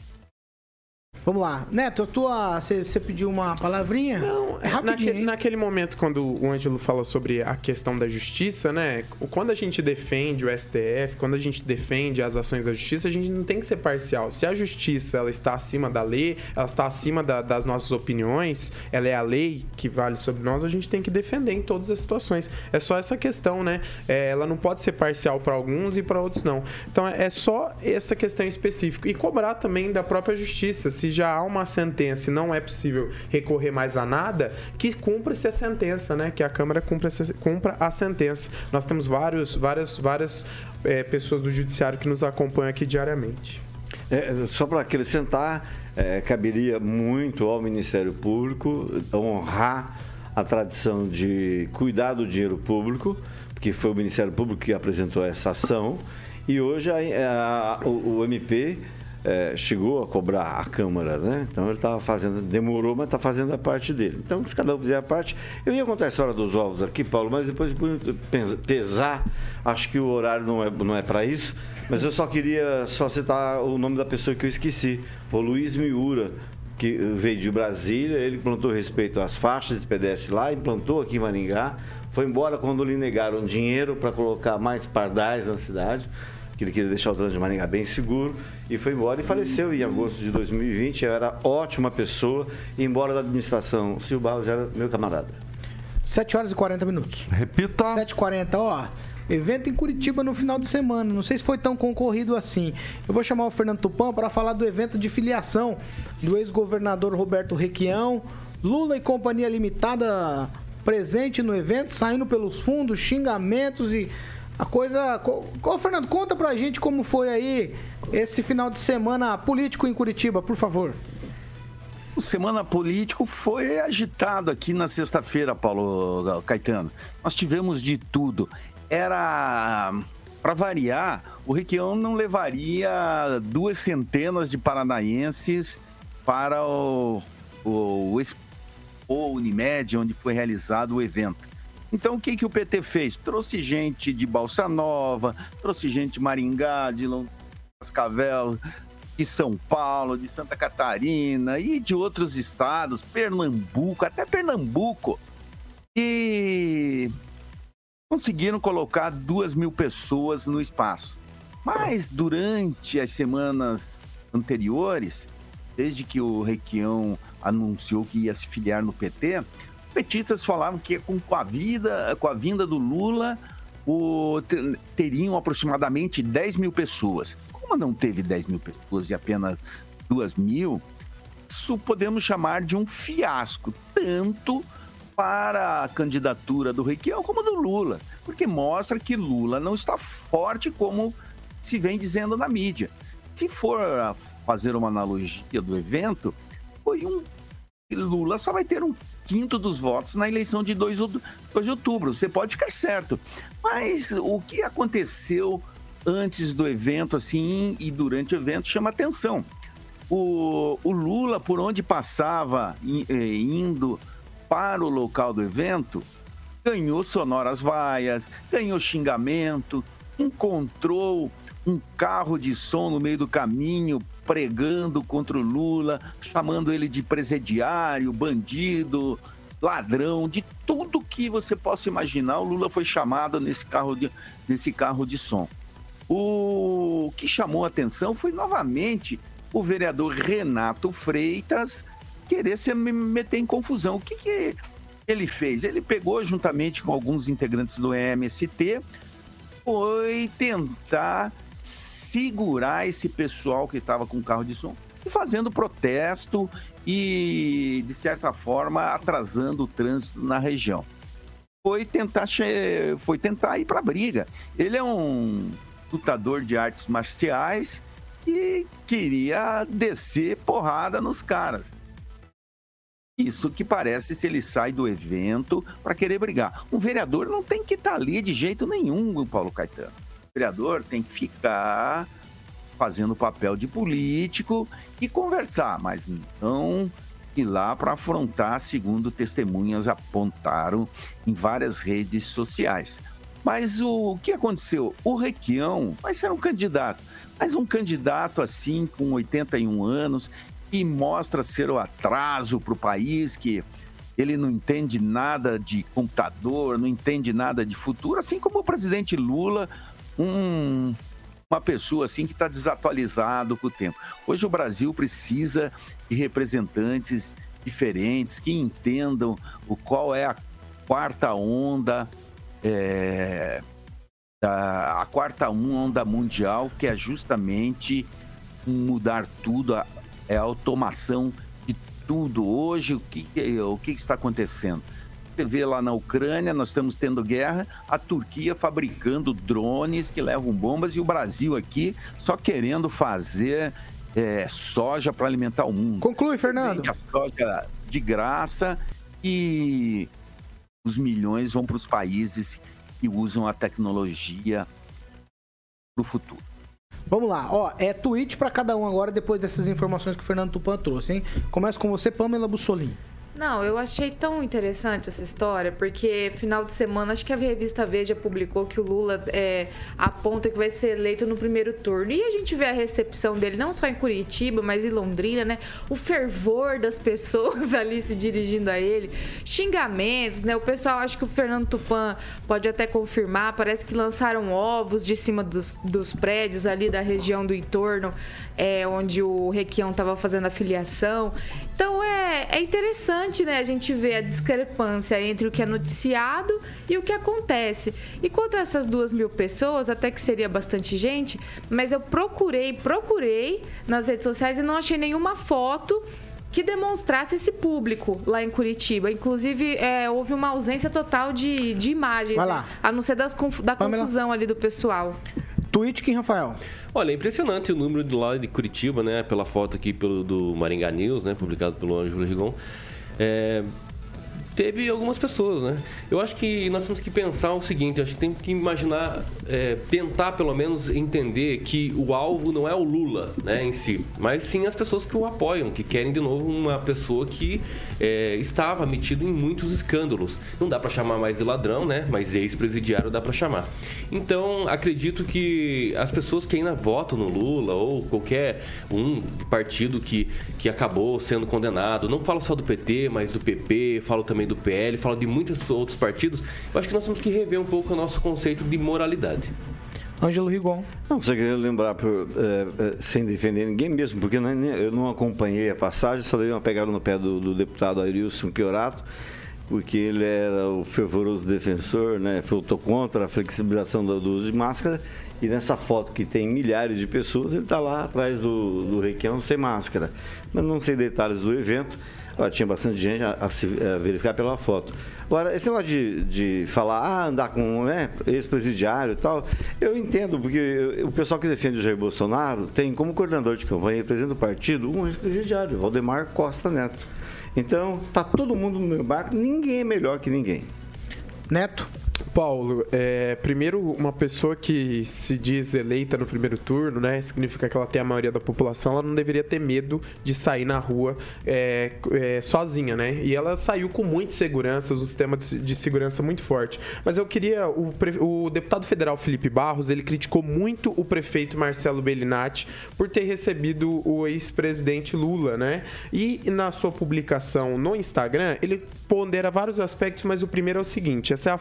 Vamos lá. Neto, você pediu uma palavrinha? Não, naquele momento, quando o Ângelo fala sobre a questão da justiça, né? Quando a gente defende o STF, quando a gente defende as ações da justiça, a gente não tem que ser parcial. Se a justiça ela está acima da lei, ela está acima das nossas opiniões, ela é a lei que vale sobre nós, a gente tem que defender em todas as situações. É só essa questão, né? Ela não pode ser parcial para alguns e para outros não. Então, é só essa questão específica. E cobrar também da própria justiça. Se já há uma sentença e não é possível recorrer mais a nada, que cumpra-se a sentença, né? Que a Câmara cumpra a sentença. Nós temos várias pessoas do Judiciário que nos acompanham aqui diariamente. Só para acrescentar, caberia muito ao Ministério Público honrar a tradição de cuidar do dinheiro público, porque foi o Ministério Público que apresentou essa ação, e hoje o MP chegou a cobrar a Câmara, né? Então ele estava fazendo, demorou, mas está fazendo a parte dele. Então, se cada um fizer a parte... Eu ia contar a história dos ovos aqui, Paulo, mas depois de pesar, acho que o horário não é para isso, mas eu só queria citar o nome da pessoa que eu esqueci. Foi o Luiz Miura, que veio de Brasília, ele plantou respeito às faixas de pedestre lá, implantou aqui em Maringá, foi embora quando lhe negaram dinheiro para colocar mais pardais na cidade, que ele queria deixar o trânsito de Maringá bem seguro, e foi embora e faleceu em agosto de 2020. Eu era ótima pessoa, e embora da administração, Silvio Barros era meu camarada. 7h40. Repita. 7h40, evento em Curitiba no final de semana, não sei se foi tão concorrido assim. Eu vou chamar o Fernando Tupan para falar do evento de filiação do ex-governador Roberto Requião. Lula e Companhia Limitada presente no evento, saindo pelos fundos, xingamentos e... a coisa... Fernando, conta pra gente como foi aí esse final de semana político em Curitiba, por favor. O Semana Político foi agitado aqui na sexta-feira, Paulo Caetano. Nós tivemos de tudo. Para variar, o Requião não levaria 200 de paranaenses para o Unimed, onde foi realizado o evento. Então, o que o PT fez? Trouxe gente de Balsa Nova, trouxe gente de Maringá, de Cascavel, de São Paulo, de Santa Catarina e de outros estados, Pernambuco, até Pernambuco. E conseguiram colocar 2.000 pessoas no espaço. Mas, durante as semanas anteriores, desde que o Requião anunciou que ia se filiar no PT... petistas falavam que com a vinda do Lula teriam aproximadamente 10.000 pessoas. Como não teve 10.000 pessoas e apenas 2.000, isso podemos chamar de um fiasco, tanto para a candidatura do Requião como do Lula, porque mostra que Lula não está forte como se vem dizendo na mídia. Se for fazer uma analogia do evento, Lula só vai ter 1/5 dos votos na eleição de 2 de outubro. Você pode ficar certo. Mas o que aconteceu antes do evento, assim, e durante o evento, chama atenção. O Lula, por onde passava, indo para o local do evento, ganhou sonoras vaias, ganhou xingamento, encontrou um carro de som no meio do caminho, pregando contra o Lula, chamando ele de presidiário, bandido, ladrão, de tudo que você possa imaginar. O Lula foi chamado nesse carro de som. O que chamou a atenção foi novamente o vereador Renato Freitas querer se meter em confusão. O que ele fez? Ele pegou, juntamente com alguns integrantes do MST, foi tentar segurar esse pessoal que estava com carro de som e fazendo protesto e, de certa forma, atrasando o trânsito na região. Foi tentar ir para a briga. Ele é um lutador de artes marciais e queria descer porrada nos caras. Isso que parece se ele sai do evento para querer brigar. Um vereador não tem que estar ali de jeito nenhum, Paulo Caetano. O vereador tem que ficar fazendo o papel de político e conversar, mas não ir lá para afrontar, segundo testemunhas apontaram em várias redes sociais. Mas o que aconteceu? O Requião vai ser um candidato, mas um candidato assim com 81 anos que mostra ser o atraso para o país, que ele não entende nada de computador, não entende nada de futuro, assim como o presidente Lula, uma pessoa assim que está desatualizado com o tempo. Hoje o Brasil precisa de representantes diferentes que entendam qual é a quarta onda, a quarta onda mundial, que é justamente mudar tudo, é a automação de tudo. Hoje, o que está acontecendo? Você vê lá na Ucrânia, nós estamos tendo guerra, a Turquia fabricando drones que levam bombas e o Brasil aqui só querendo fazer soja para alimentar o mundo. Conclui, Fernando. Vende a soja de graça e os milhões vão para os países que usam a tecnologia para o futuro. Vamos lá, tweet para cada um agora, depois dessas informações que o Fernando Tupan trouxe, hein? Começa com você, Pamela Bussolini. Não, eu achei tão interessante essa história, porque final de semana, acho que a revista Veja publicou que o Lula aponta que vai ser eleito no primeiro turno. E a gente vê a recepção dele, não só em Curitiba, mas em Londrina, né? O fervor das pessoas ali se dirigindo a ele, xingamentos, né? O pessoal, acho que o Fernando Tupan pode até confirmar, parece que lançaram ovos de cima dos prédios ali da região do entorno, onde o Requião estava fazendo a filiação. Então é interessante, né, a gente ver a discrepância entre o que é noticiado e o que acontece. E quanto a essas 2.000 pessoas, até que seria bastante gente, mas eu procurei nas redes sociais e não achei nenhuma foto que demonstrasse esse público lá em Curitiba. Inclusive, houve uma ausência total de imagens, né? A não ser da confusão ali do pessoal. Tweet, Kim Rafael. Olha, é impressionante o número de lá de Curitiba, né? Pela foto aqui do Maringá News, né? Publicado pelo Ângelo Rigon. Teve algumas pessoas, né? Eu acho que nós temos que pensar o seguinte, acho que tem que imaginar, tentar pelo menos entender que o alvo não é o Lula, né, em si, mas sim as pessoas que o apoiam, que querem de novo uma pessoa que estava metido em muitos escândalos. Não dá para chamar mais de ladrão, né? Mas ex-presidiário dá para chamar. Então, acredito que as pessoas que ainda votam no Lula ou qualquer partido que acabou sendo condenado, não falo só do PT, mas do PP, falo também do PL, falo de muitos outros partidos, eu acho que nós temos que rever um pouco o nosso conceito de moralidade. Ângelo Rigon. Não, você queria lembrar, sem defender ninguém mesmo, porque eu não acompanhei a passagem, só dei uma pegada no pé do deputado Arilson Chiorato, porque ele era o fervoroso defensor, né, votou contra a flexibilização do uso de máscara, e nessa foto que tem milhares de pessoas, ele está lá atrás do Requião sem máscara. Mas não sei detalhes do evento, tinha bastante gente a verificar pela foto. Agora, esse negócio de falar, andar com ex-presidiário e tal, eu entendo, porque o pessoal que defende o Jair Bolsonaro tem como coordenador de campanha, representa o partido, um ex-presidiário, Valdemar Costa Neto. Então, tá todo mundo no meu barco, ninguém é melhor que ninguém. Neto. Paulo, primeiro, uma pessoa que se diz eleita no primeiro turno, né, significa que ela tem a maioria da população, ela não deveria ter medo de sair na rua sozinha, né? E ela saiu com muita segurança, um sistema de segurança muito forte. Mas eu queria, o deputado federal Felipe Barros, ele criticou muito o prefeito Marcelo Bellinati por ter recebido o ex-presidente Lula, né? E na sua publicação no Instagram, ele pondera vários aspectos, mas o primeiro é o seguinte, essa é a fala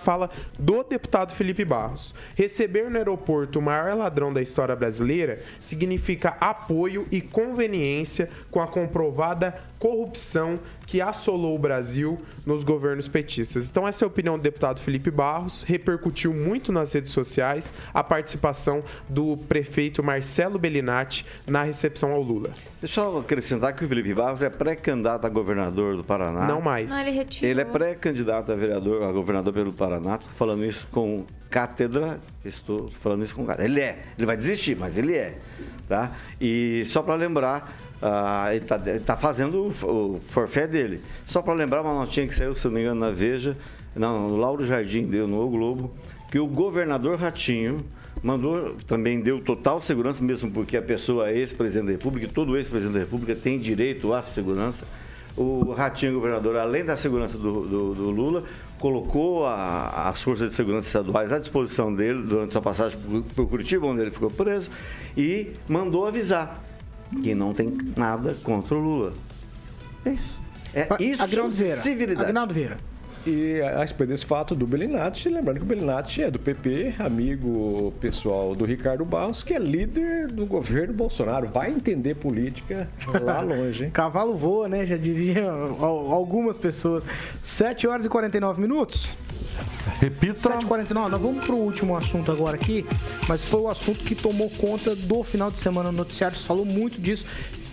do deputado Felipe Barros. Receber no aeroporto o maior ladrão da história brasileira significa apoio e conveniência com a comprovada corrupção que assolou o Brasil nos governos petistas. Então essa é a opinião do deputado Felipe Barros, repercutiu muito nas redes sociais a participação do prefeito Marcelo Bellinati na recepção ao Lula. Deixa eu acrescentar que o Felipe Barros é pré-candidato a governador do Paraná. Não mais. Não, ele retirou. Ele é pré-candidato a governador pelo Paraná. Estou falando isso com cátedra. Estou falando isso com cátedra. Ele vai desistir, mas ele é. Tá? E só para lembrar, ele está fazendo o forfé dele. Só para lembrar uma notinha que saiu, se não me engano, na Veja, no Lauro Jardim deu no O Globo, que o governador Ratinho também deu total segurança, mesmo porque a pessoa é ex-presidente da República, e todo ex-presidente da República tem direito à segurança. O Ratinho, governador, além da segurança do Lula, colocou as forças de segurança estaduais à disposição dele durante sua passagem por Curitiba, onde ele ficou preso, e mandou avisar que não tem nada contra o Lula. É isso. Isso chama civilidade. Agnaldo Vieira. E a respeito desse fato do Bellinati, lembrando que o Bellinati é do PP, amigo pessoal do Ricardo Barros, que é líder do governo Bolsonaro. Vai entender política lá longe, hein? Cavalo voa, né? Já diziam algumas pessoas. 7 horas e 49 minutos. Repita. 7h49. Nós vamos pro último assunto agora aqui, mas foi o assunto que tomou conta do final de semana no noticiário. Você falou muito disso.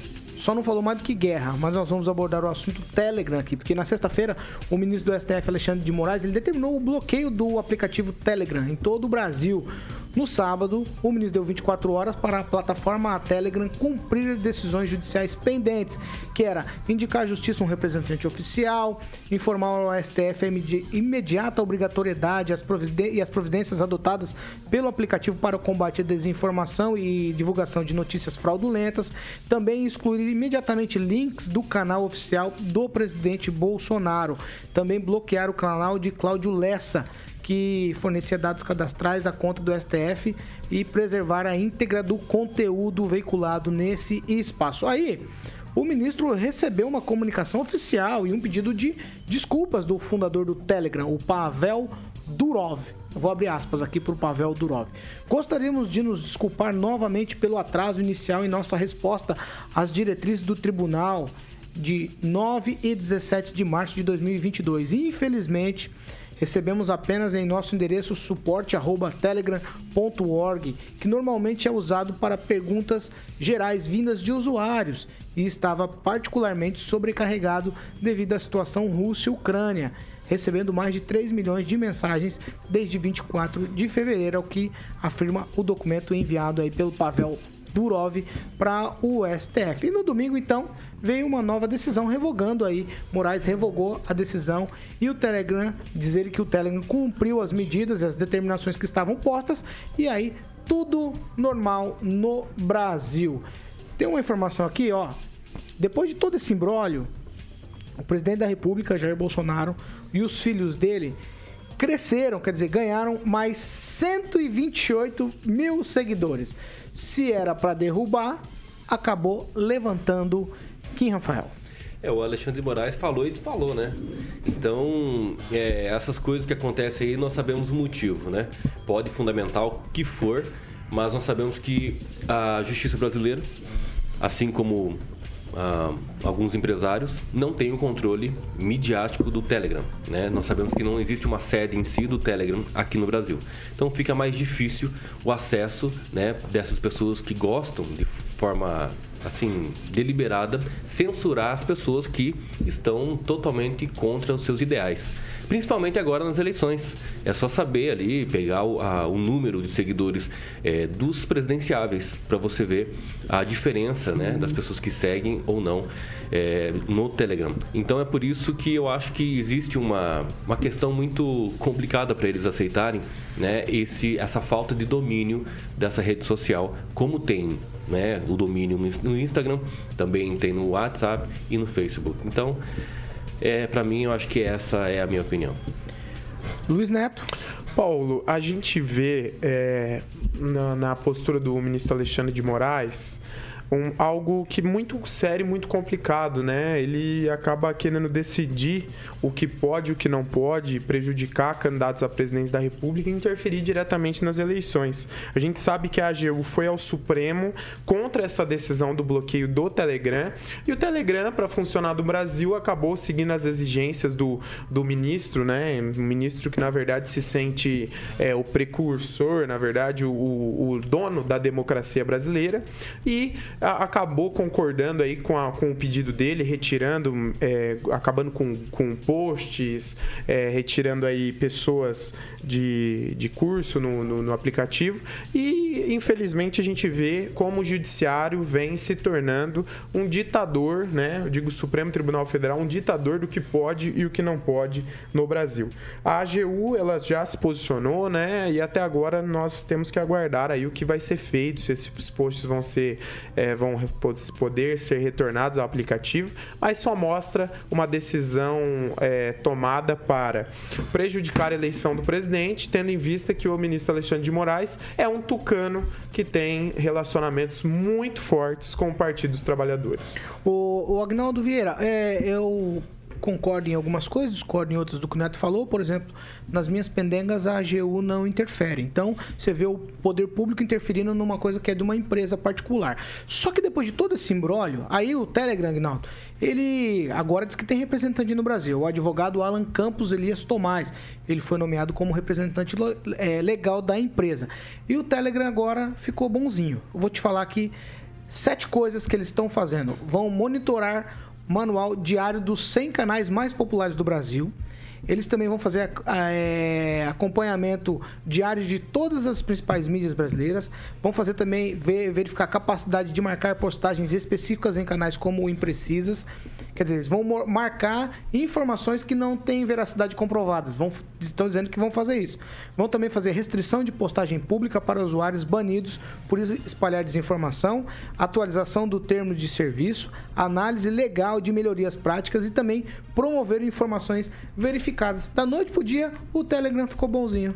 Só não falou mais do que guerra, mas nós vamos abordar o assunto Telegram aqui, porque na sexta-feira o ministro do STF, Alexandre de Moraes, ele determinou o bloqueio do aplicativo Telegram em todo o Brasil. No sábado, o ministro deu 24 horas para a plataforma Telegram cumprir decisões judiciais pendentes, que era indicar à justiça um representante oficial, informar ao STF a imediata obrigatoriedade e as providências adotadas pelo aplicativo para o combate à desinformação e divulgação de notícias fraudulentas, também excluir imediatamente links do canal oficial do presidente Bolsonaro, também bloquear o canal de Cláudio Lessa, que fornecia dados cadastrais à conta do STF, e preservar a íntegra do conteúdo veiculado nesse espaço. Aí, o ministro recebeu uma comunicação oficial e um pedido de desculpas do fundador do Telegram, o Pavel Durov. Eu vou abrir aspas aqui para o Pavel Durov. Gostaríamos de nos desculpar novamente pelo atraso inicial em nossa resposta às diretrizes do tribunal de 9 e 17 de março de 2022. Infelizmente, recebemos apenas em nosso endereço suporte@telegram.org, que normalmente é usado para perguntas gerais vindas de usuários e estava particularmente sobrecarregado devido à situação Rússia e Ucrânia, recebendo mais de 3 milhões de mensagens desde 24 de fevereiro, ao que afirma o documento enviado aí pelo Pavel Durov para o STF. E no domingo, então, veio uma nova decisão revogando aí. Moraes revogou a decisão e o Telegram, dizer que o Telegram cumpriu as medidas e as determinações que estavam postas, e aí tudo normal no Brasil. Tem uma informação aqui, ó. Depois de todo esse imbróglio, o presidente da República, Jair Bolsonaro, e os filhos dele cresceram, quer dizer, ganharam mais 128 mil seguidores. Se era para derrubar, acabou levantando Kim Rafael. O Alexandre de Moraes falou e falou, né? Então, essas coisas que acontecem aí, nós sabemos o motivo, né? Pode fundamentar o que for, mas nós sabemos que a justiça brasileira, assim como alguns empresários, não tem o controle midiático do Telegram, né? Nós sabemos que não existe uma sede em si do Telegram aqui no Brasil. Então fica mais difícil o acesso, né, dessas pessoas que gostam de forma assim deliberada censurar as pessoas que estão totalmente contra os seus ideais. Principalmente agora nas eleições. É só saber ali, pegar o número de seguidores dos presidenciáveis para você ver a diferença, né, das pessoas que seguem ou não no Telegram. Então é por isso que eu acho que existe uma questão muito complicada para eles aceitarem, né, essa falta de domínio dessa rede social, como tem, né, o domínio no Instagram, também tem no WhatsApp e no Facebook. Então, para mim, eu acho que essa é a minha opinião. Luiz Neto. Paulo, a gente vê na postura do ministro Alexandre de Moraes algo que muito sério e muito complicado, né? Ele acaba querendo decidir o que pode e o que não pode, prejudicar candidatos à presidência da República e interferir diretamente nas eleições. A gente sabe que a AGU foi ao Supremo contra essa decisão do bloqueio do Telegram, e o Telegram, para funcionar no Brasil, acabou seguindo as exigências do ministro, né? Um ministro que, na verdade, se sente o precursor, na verdade, o dono da democracia brasileira, e acabou concordando aí com o pedido dele, retirando, acabando com posts, retirando aí pessoas de curso no aplicativo, e infelizmente a gente vê como o judiciário vem se tornando um ditador, né? Eu digo Supremo Tribunal Federal, um ditador do que pode e o que não pode no Brasil. A AGU, ela já se posicionou, né? E até agora nós temos que aguardar aí o que vai ser feito, se esses posts vão poder ser retornados ao aplicativo, mas só mostra uma decisão tomada para prejudicar a eleição do presidente, tendo em vista que o ministro Alexandre de Moraes é um tucano que tem relacionamentos muito fortes com o Partido dos Trabalhadores. O Agnaldo Vieira, eu concordo em algumas coisas, discordo em outras do que o Neto falou. Por exemplo, nas minhas pendengas a AGU não interfere. Então, você vê o poder público interferindo numa coisa que é de uma empresa particular. Só que depois de todo esse imbróglio, aí o Telegram, Agnaldo, ele agora diz que tem representante no Brasil. O advogado Alan Campos Elias Tomás, ele foi nomeado como representante legal da empresa. E o Telegram agora ficou bonzinho. Eu vou te falar aqui 7 coisas que eles estão fazendo. Vão monitorar manual diário dos 100 canais mais populares do Brasil. Eles também vão fazer acompanhamento diário de todas as principais mídias brasileiras. Vão fazer também verificar a capacidade de marcar postagens específicas em canais como o Imprecisas. Quer dizer, eles vão marcar informações que não têm veracidade comprovadas. Estão dizendo que vão fazer isso. Vão também fazer restrição de postagem pública para usuários banidos por espalhar desinformação, atualização do termo de serviço, análise legal de melhorias práticas e também promover informações verificadas. Da noite pro dia, o Telegram ficou bonzinho.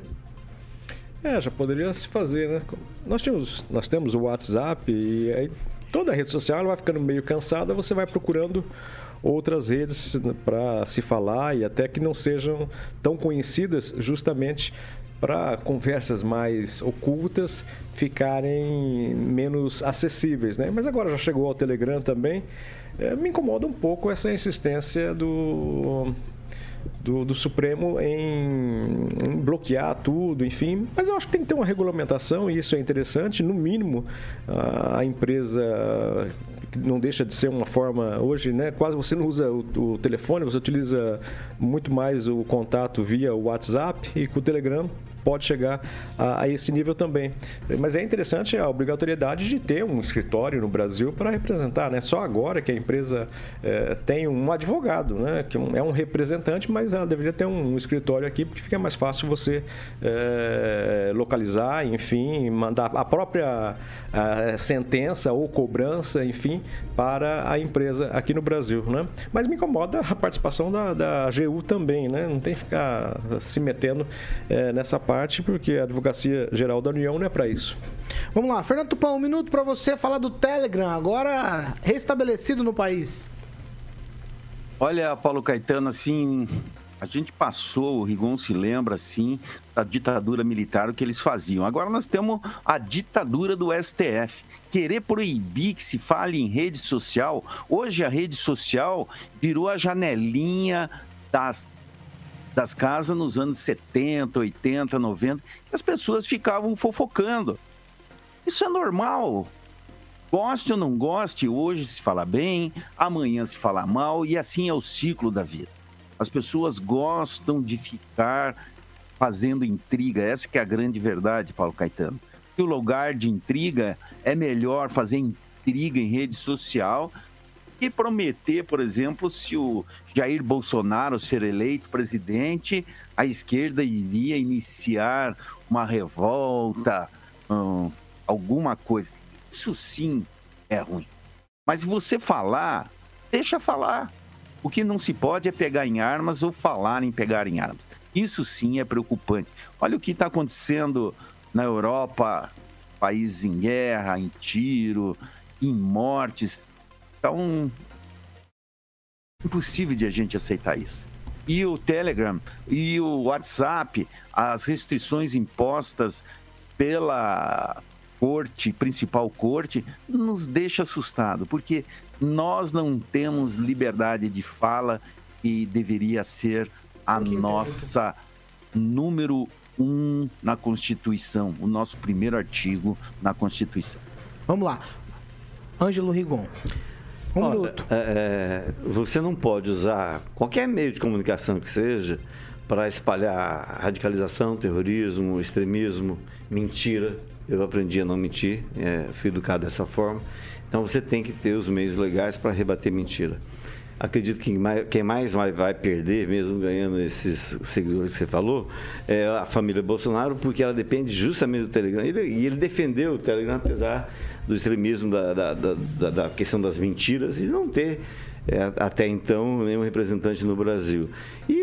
Já poderia se fazer, né? Nós temos o WhatsApp e aí toda a rede social ela vai ficando meio cansada, você vai procurando outras redes para se falar e até que não sejam tão conhecidas, justamente para conversas mais ocultas ficarem menos acessíveis, né? Mas agora já chegou ao Telegram também. Me incomoda um pouco essa insistência do Supremo em bloquear tudo, enfim. Mas eu acho que tem que ter uma regulamentação e isso é interessante. No mínimo, a empresa não deixa de ser uma forma hoje, né? Quase você não usa o telefone, você utiliza muito mais o contato via WhatsApp, e com o Telegram pode chegar a esse nível também. Mas é interessante a obrigatoriedade de ter um escritório no Brasil para representar, né? Só agora que a empresa tem um advogado, né? Que é um representante, mas ela deveria ter um escritório aqui, porque fica mais fácil você localizar, enfim, mandar a própria sentença ou cobrança, enfim, para a empresa aqui no Brasil, né? Mas me incomoda a participação da AGU também, né? Não tem que ficar se metendo nessa parte, porque a Advocacia Geral da União não é para isso. Vamos lá, Fernando Tupão, 1 minuto para você falar do Telegram, agora restabelecido no país. Olha, Paulo Caetano, assim, a gente passou, o Rigon se lembra, assim, da ditadura militar, o que eles faziam. Agora nós temos a ditadura do STF. Querer proibir que se fale em rede social. Hoje a rede social virou a janelinha das casas nos anos 70, 80, 90, que as pessoas ficavam fofocando. Isso é normal. Goste ou não goste, hoje se fala bem, amanhã se fala mal, e assim é o ciclo da vida. As pessoas gostam de ficar fazendo intriga, essa que é a grande verdade, Paulo Caetano. Que o lugar de intriga é melhor fazer intriga em rede social e prometer, por exemplo, se o Jair Bolsonaro ser eleito presidente, a esquerda iria iniciar uma revolta, alguma coisa. Isso sim é ruim. Mas se você falar, deixa falar. O que não se pode é pegar em armas ou falar em pegar em armas. Isso sim é preocupante. Olha o que está acontecendo na Europa, países em guerra, em tiro, em mortes. Então, impossível de a gente aceitar isso. E o Telegram e o WhatsApp, as restrições impostas pela principal corte, nos deixa assustado, porque nós não temos liberdade de fala que deveria ser a nossa número 1 na Constituição, o nosso primeiro artigo na Constituição. Vamos lá. Ângelo Rigon. Você não pode usar qualquer meio de comunicação que seja para espalhar radicalização, terrorismo, extremismo, mentira. Eu aprendi a não mentir, fui educado dessa forma. Então você tem que ter os meios legais para rebater mentira. Acredito que quem mais vai perder, mesmo ganhando esses seguidores que você falou, é a família Bolsonaro, porque ela depende justamente do Telegram. E ele defendeu o Telegram, apesar do extremismo, da questão das mentiras, e não ter, até então, nenhum representante no Brasil. E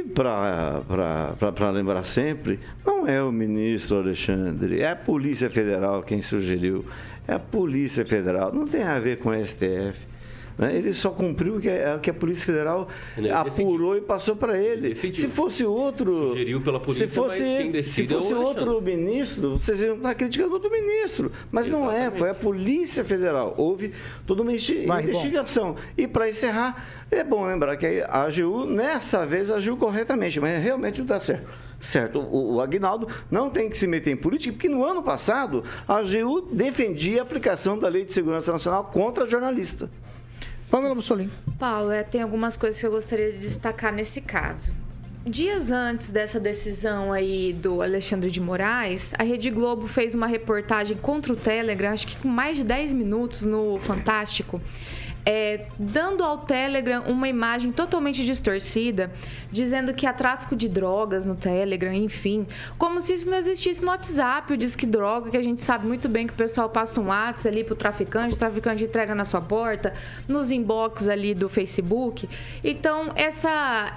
para lembrar sempre, não é o ministro Alexandre, é a Polícia Federal quem sugeriu. É a Polícia Federal, não tem a ver com o STF. Ele só cumpriu o que a Polícia Federal apurou e passou para ele. Se fosse outro... Sugeriu pela polícia, se fosse outro ministro, vocês iam estar criticando outro ministro. Mas não é, foi a Polícia Federal. Houve toda uma investigação. E para encerrar, é bom lembrar que a AGU, nessa vez, agiu corretamente, mas realmente não está certo. Certo, o Aguinaldo não tem que se meter em política, porque no ano passado a AGU defendia a aplicação da Lei de Segurança Nacional contra jornalista. Pamela Bussolini. Paulo, tem algumas coisas que eu gostaria de destacar nesse caso. Dias antes dessa decisão aí do Alexandre de Moraes, a Rede Globo fez uma reportagem contra o Telegram, acho que com mais de 10 minutos no Fantástico, dando ao Telegram uma imagem totalmente distorcida, dizendo que há tráfico de drogas no Telegram, enfim, como se isso não existisse no WhatsApp, o Disque Droga, que a gente sabe muito bem que o pessoal passa um WhatsApp ali pro traficante, o traficante entrega na sua porta, nos inbox ali do Facebook. Então, essa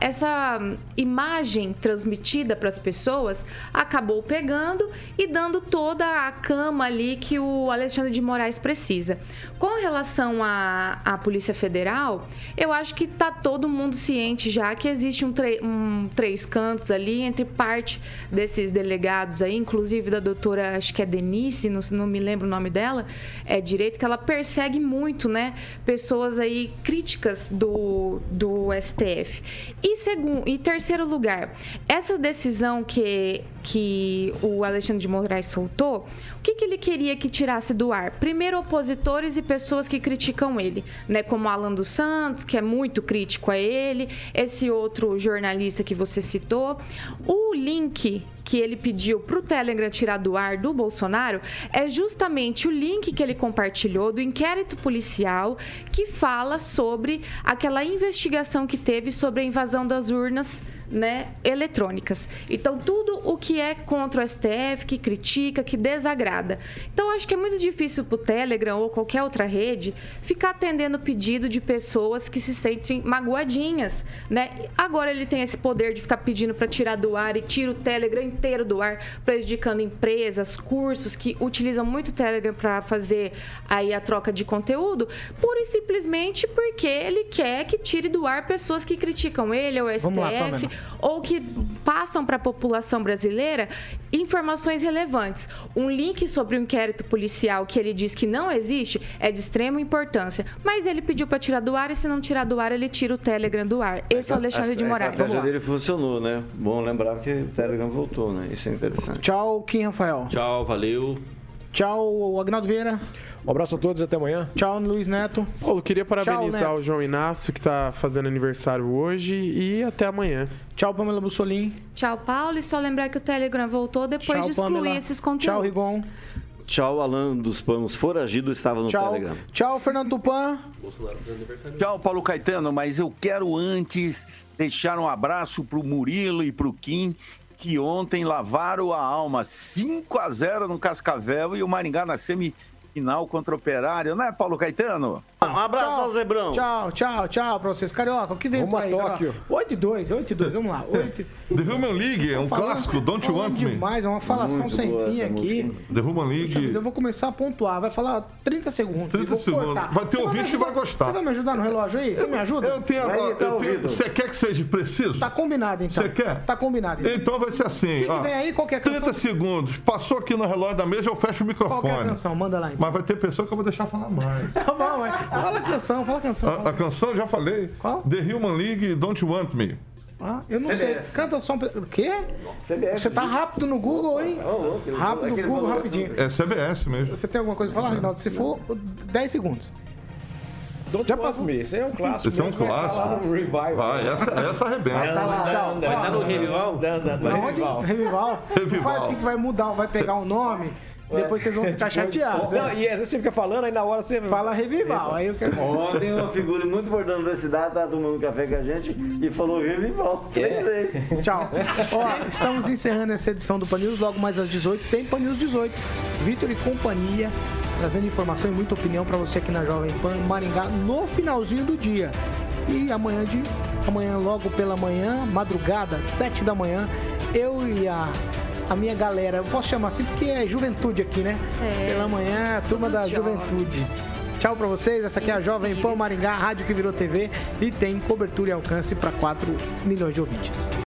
imagem transmitida para as pessoas acabou pegando e dando toda a cama ali que o Alexandre de Moraes precisa. Com relação à Polícia Federal, eu acho que está todo mundo ciente já que existe três cantos ali entre parte desses delegados aí, inclusive da doutora, acho que é Denise, não me lembro o nome dela, direito, que ela persegue muito, né, pessoas aí críticas do STF. E terceiro lugar, essa decisão que o Alexandre de Moraes soltou, o que ele queria que tirasse do ar? Primeiro, opositores e pessoas que criticam ele, né? Como Alan dos Santos, que é muito crítico a ele, esse outro jornalista que você citou. O link que ele pediu para o Telegram tirar do ar do Bolsonaro é justamente o link que ele compartilhou do inquérito policial que fala sobre aquela investigação que teve sobre a invasão das urnas, né, eletrônicas. Então, tudo o que é contra o STF, que critica, que desagrada. Então, acho que é muito difícil para o Telegram ou qualquer outra rede ficar atendendo pedido de pessoas que se sentem magoadinhas, né? Agora ele tem esse poder de ficar pedindo para tirar do ar e tira o Telegram inteiro do ar, prejudicando empresas, cursos que utilizam muito o Telegram para fazer aí a troca de conteúdo, pura e simplesmente porque ele quer que tire do ar pessoas que criticam ele ou o STF, ou que passam para a população brasileira informações relevantes. Um link sobre o inquérito policial que ele diz que não existe é de extrema importância, mas ele pediu para tirar do ar e se não tirar do ar, ele tira o Telegram do ar. Esse é o Alexandre de Moraes. A estratégia dele funcionou, né? Bom lembrar que o Telegram voltou, né? Isso é interessante. Tchau, Kim Rafael. Tchau, valeu. Tchau, Agnaldo Vieira. Um abraço a todos e até amanhã. Tchau, Luiz Neto. Eu queria parabenizar Tchau, o João Inácio, que está fazendo aniversário hoje, e até amanhã. Tchau, Pamela Bussolini. Tchau, Paulo. E só lembrar que o Telegram voltou depois de excluir Pamela. esses conteúdos. Tchau, Rigon. Tchau, Alan dos Panos Foragido, estava no Telegram. Tchau, Fernando Tupan. Tchau, Paulo Caetano, mas eu quero antes deixar um abraço pro Murilo e pro Kim, que ontem lavaram a alma 5-0 no Cascavel e o Maringá na semi final contra o Operário, né, Paulo Caetano? Um abraço ao Zebrão. Tchau pra vocês. Carioca, o que vem por aí? Tóquio. 8-2, vamos lá. The Human League é um clássico, Don't You Want Me. Demais, é uma falação Muito sem boa fim essa aqui. música. The Human League. Eu vou começar a pontuar, vai falar 30 segundos. 30 vou segundos. cortar. Vai ter Você ouvinte que vai gostar. Você vai me ajudar no relógio aí? Você me ajuda? Eu tenho agora. Você quer que seja preciso? Tá combinado, então. Você quer? Tá combinado, então. Então vai ser assim. O que vem aí? Qual que é a 30 canção? segundos. Passou aqui no relógio da mesa, eu fecho o microfone. Qual que é a canção? Manda lá, então. Mas vai ter pessoa que eu vou deixar falar mais. Tá bom, mas fala a canção, A canção eu já falei. Qual? The Human League, Don't You Want Me. Ah, eu não CBS. sei. Canta só um... O quê? CBS. Você tá rápido no Google, hein? Rápido no Google, rapidinho. É CBS mesmo. Você tem alguma coisa pra falar, Reginaldo? Se for, 10 segundos. Já passou. Esse é um clássico. Esse é um mesmo, vai clássico. falar no Revival. Vai, essa arrebenta. Tá lá, tchau. Vai estar no Revival? Onde? Revival. Revival. Faz assim que vai mudar, vai pegar um nome, depois vocês vão ficar chateados. Não, e às vezes você fica falando, aí na hora você... Fala Revival, aí eu quero... Ontem uma figura muito importante da cidade estava tomando café com a gente e falou Revival. 3 vezes. Tchau. Ó, estamos encerrando essa edição do Pan News. Logo mais às 18 tem Pan News 18. Vitor e companhia, trazendo informação e muita opinião para você aqui na Jovem Pan Maringá no finalzinho do dia. E amanhã logo pela manhã, madrugada, 7 da manhã, eu e a minha galera, eu posso chamar assim porque é juventude aqui, né? Pela manhã, turma da juventude. Tchau pra vocês, essa aqui é a Jovem Pan Maringá, a rádio que virou TV e tem cobertura e alcance para 4 milhões de ouvintes.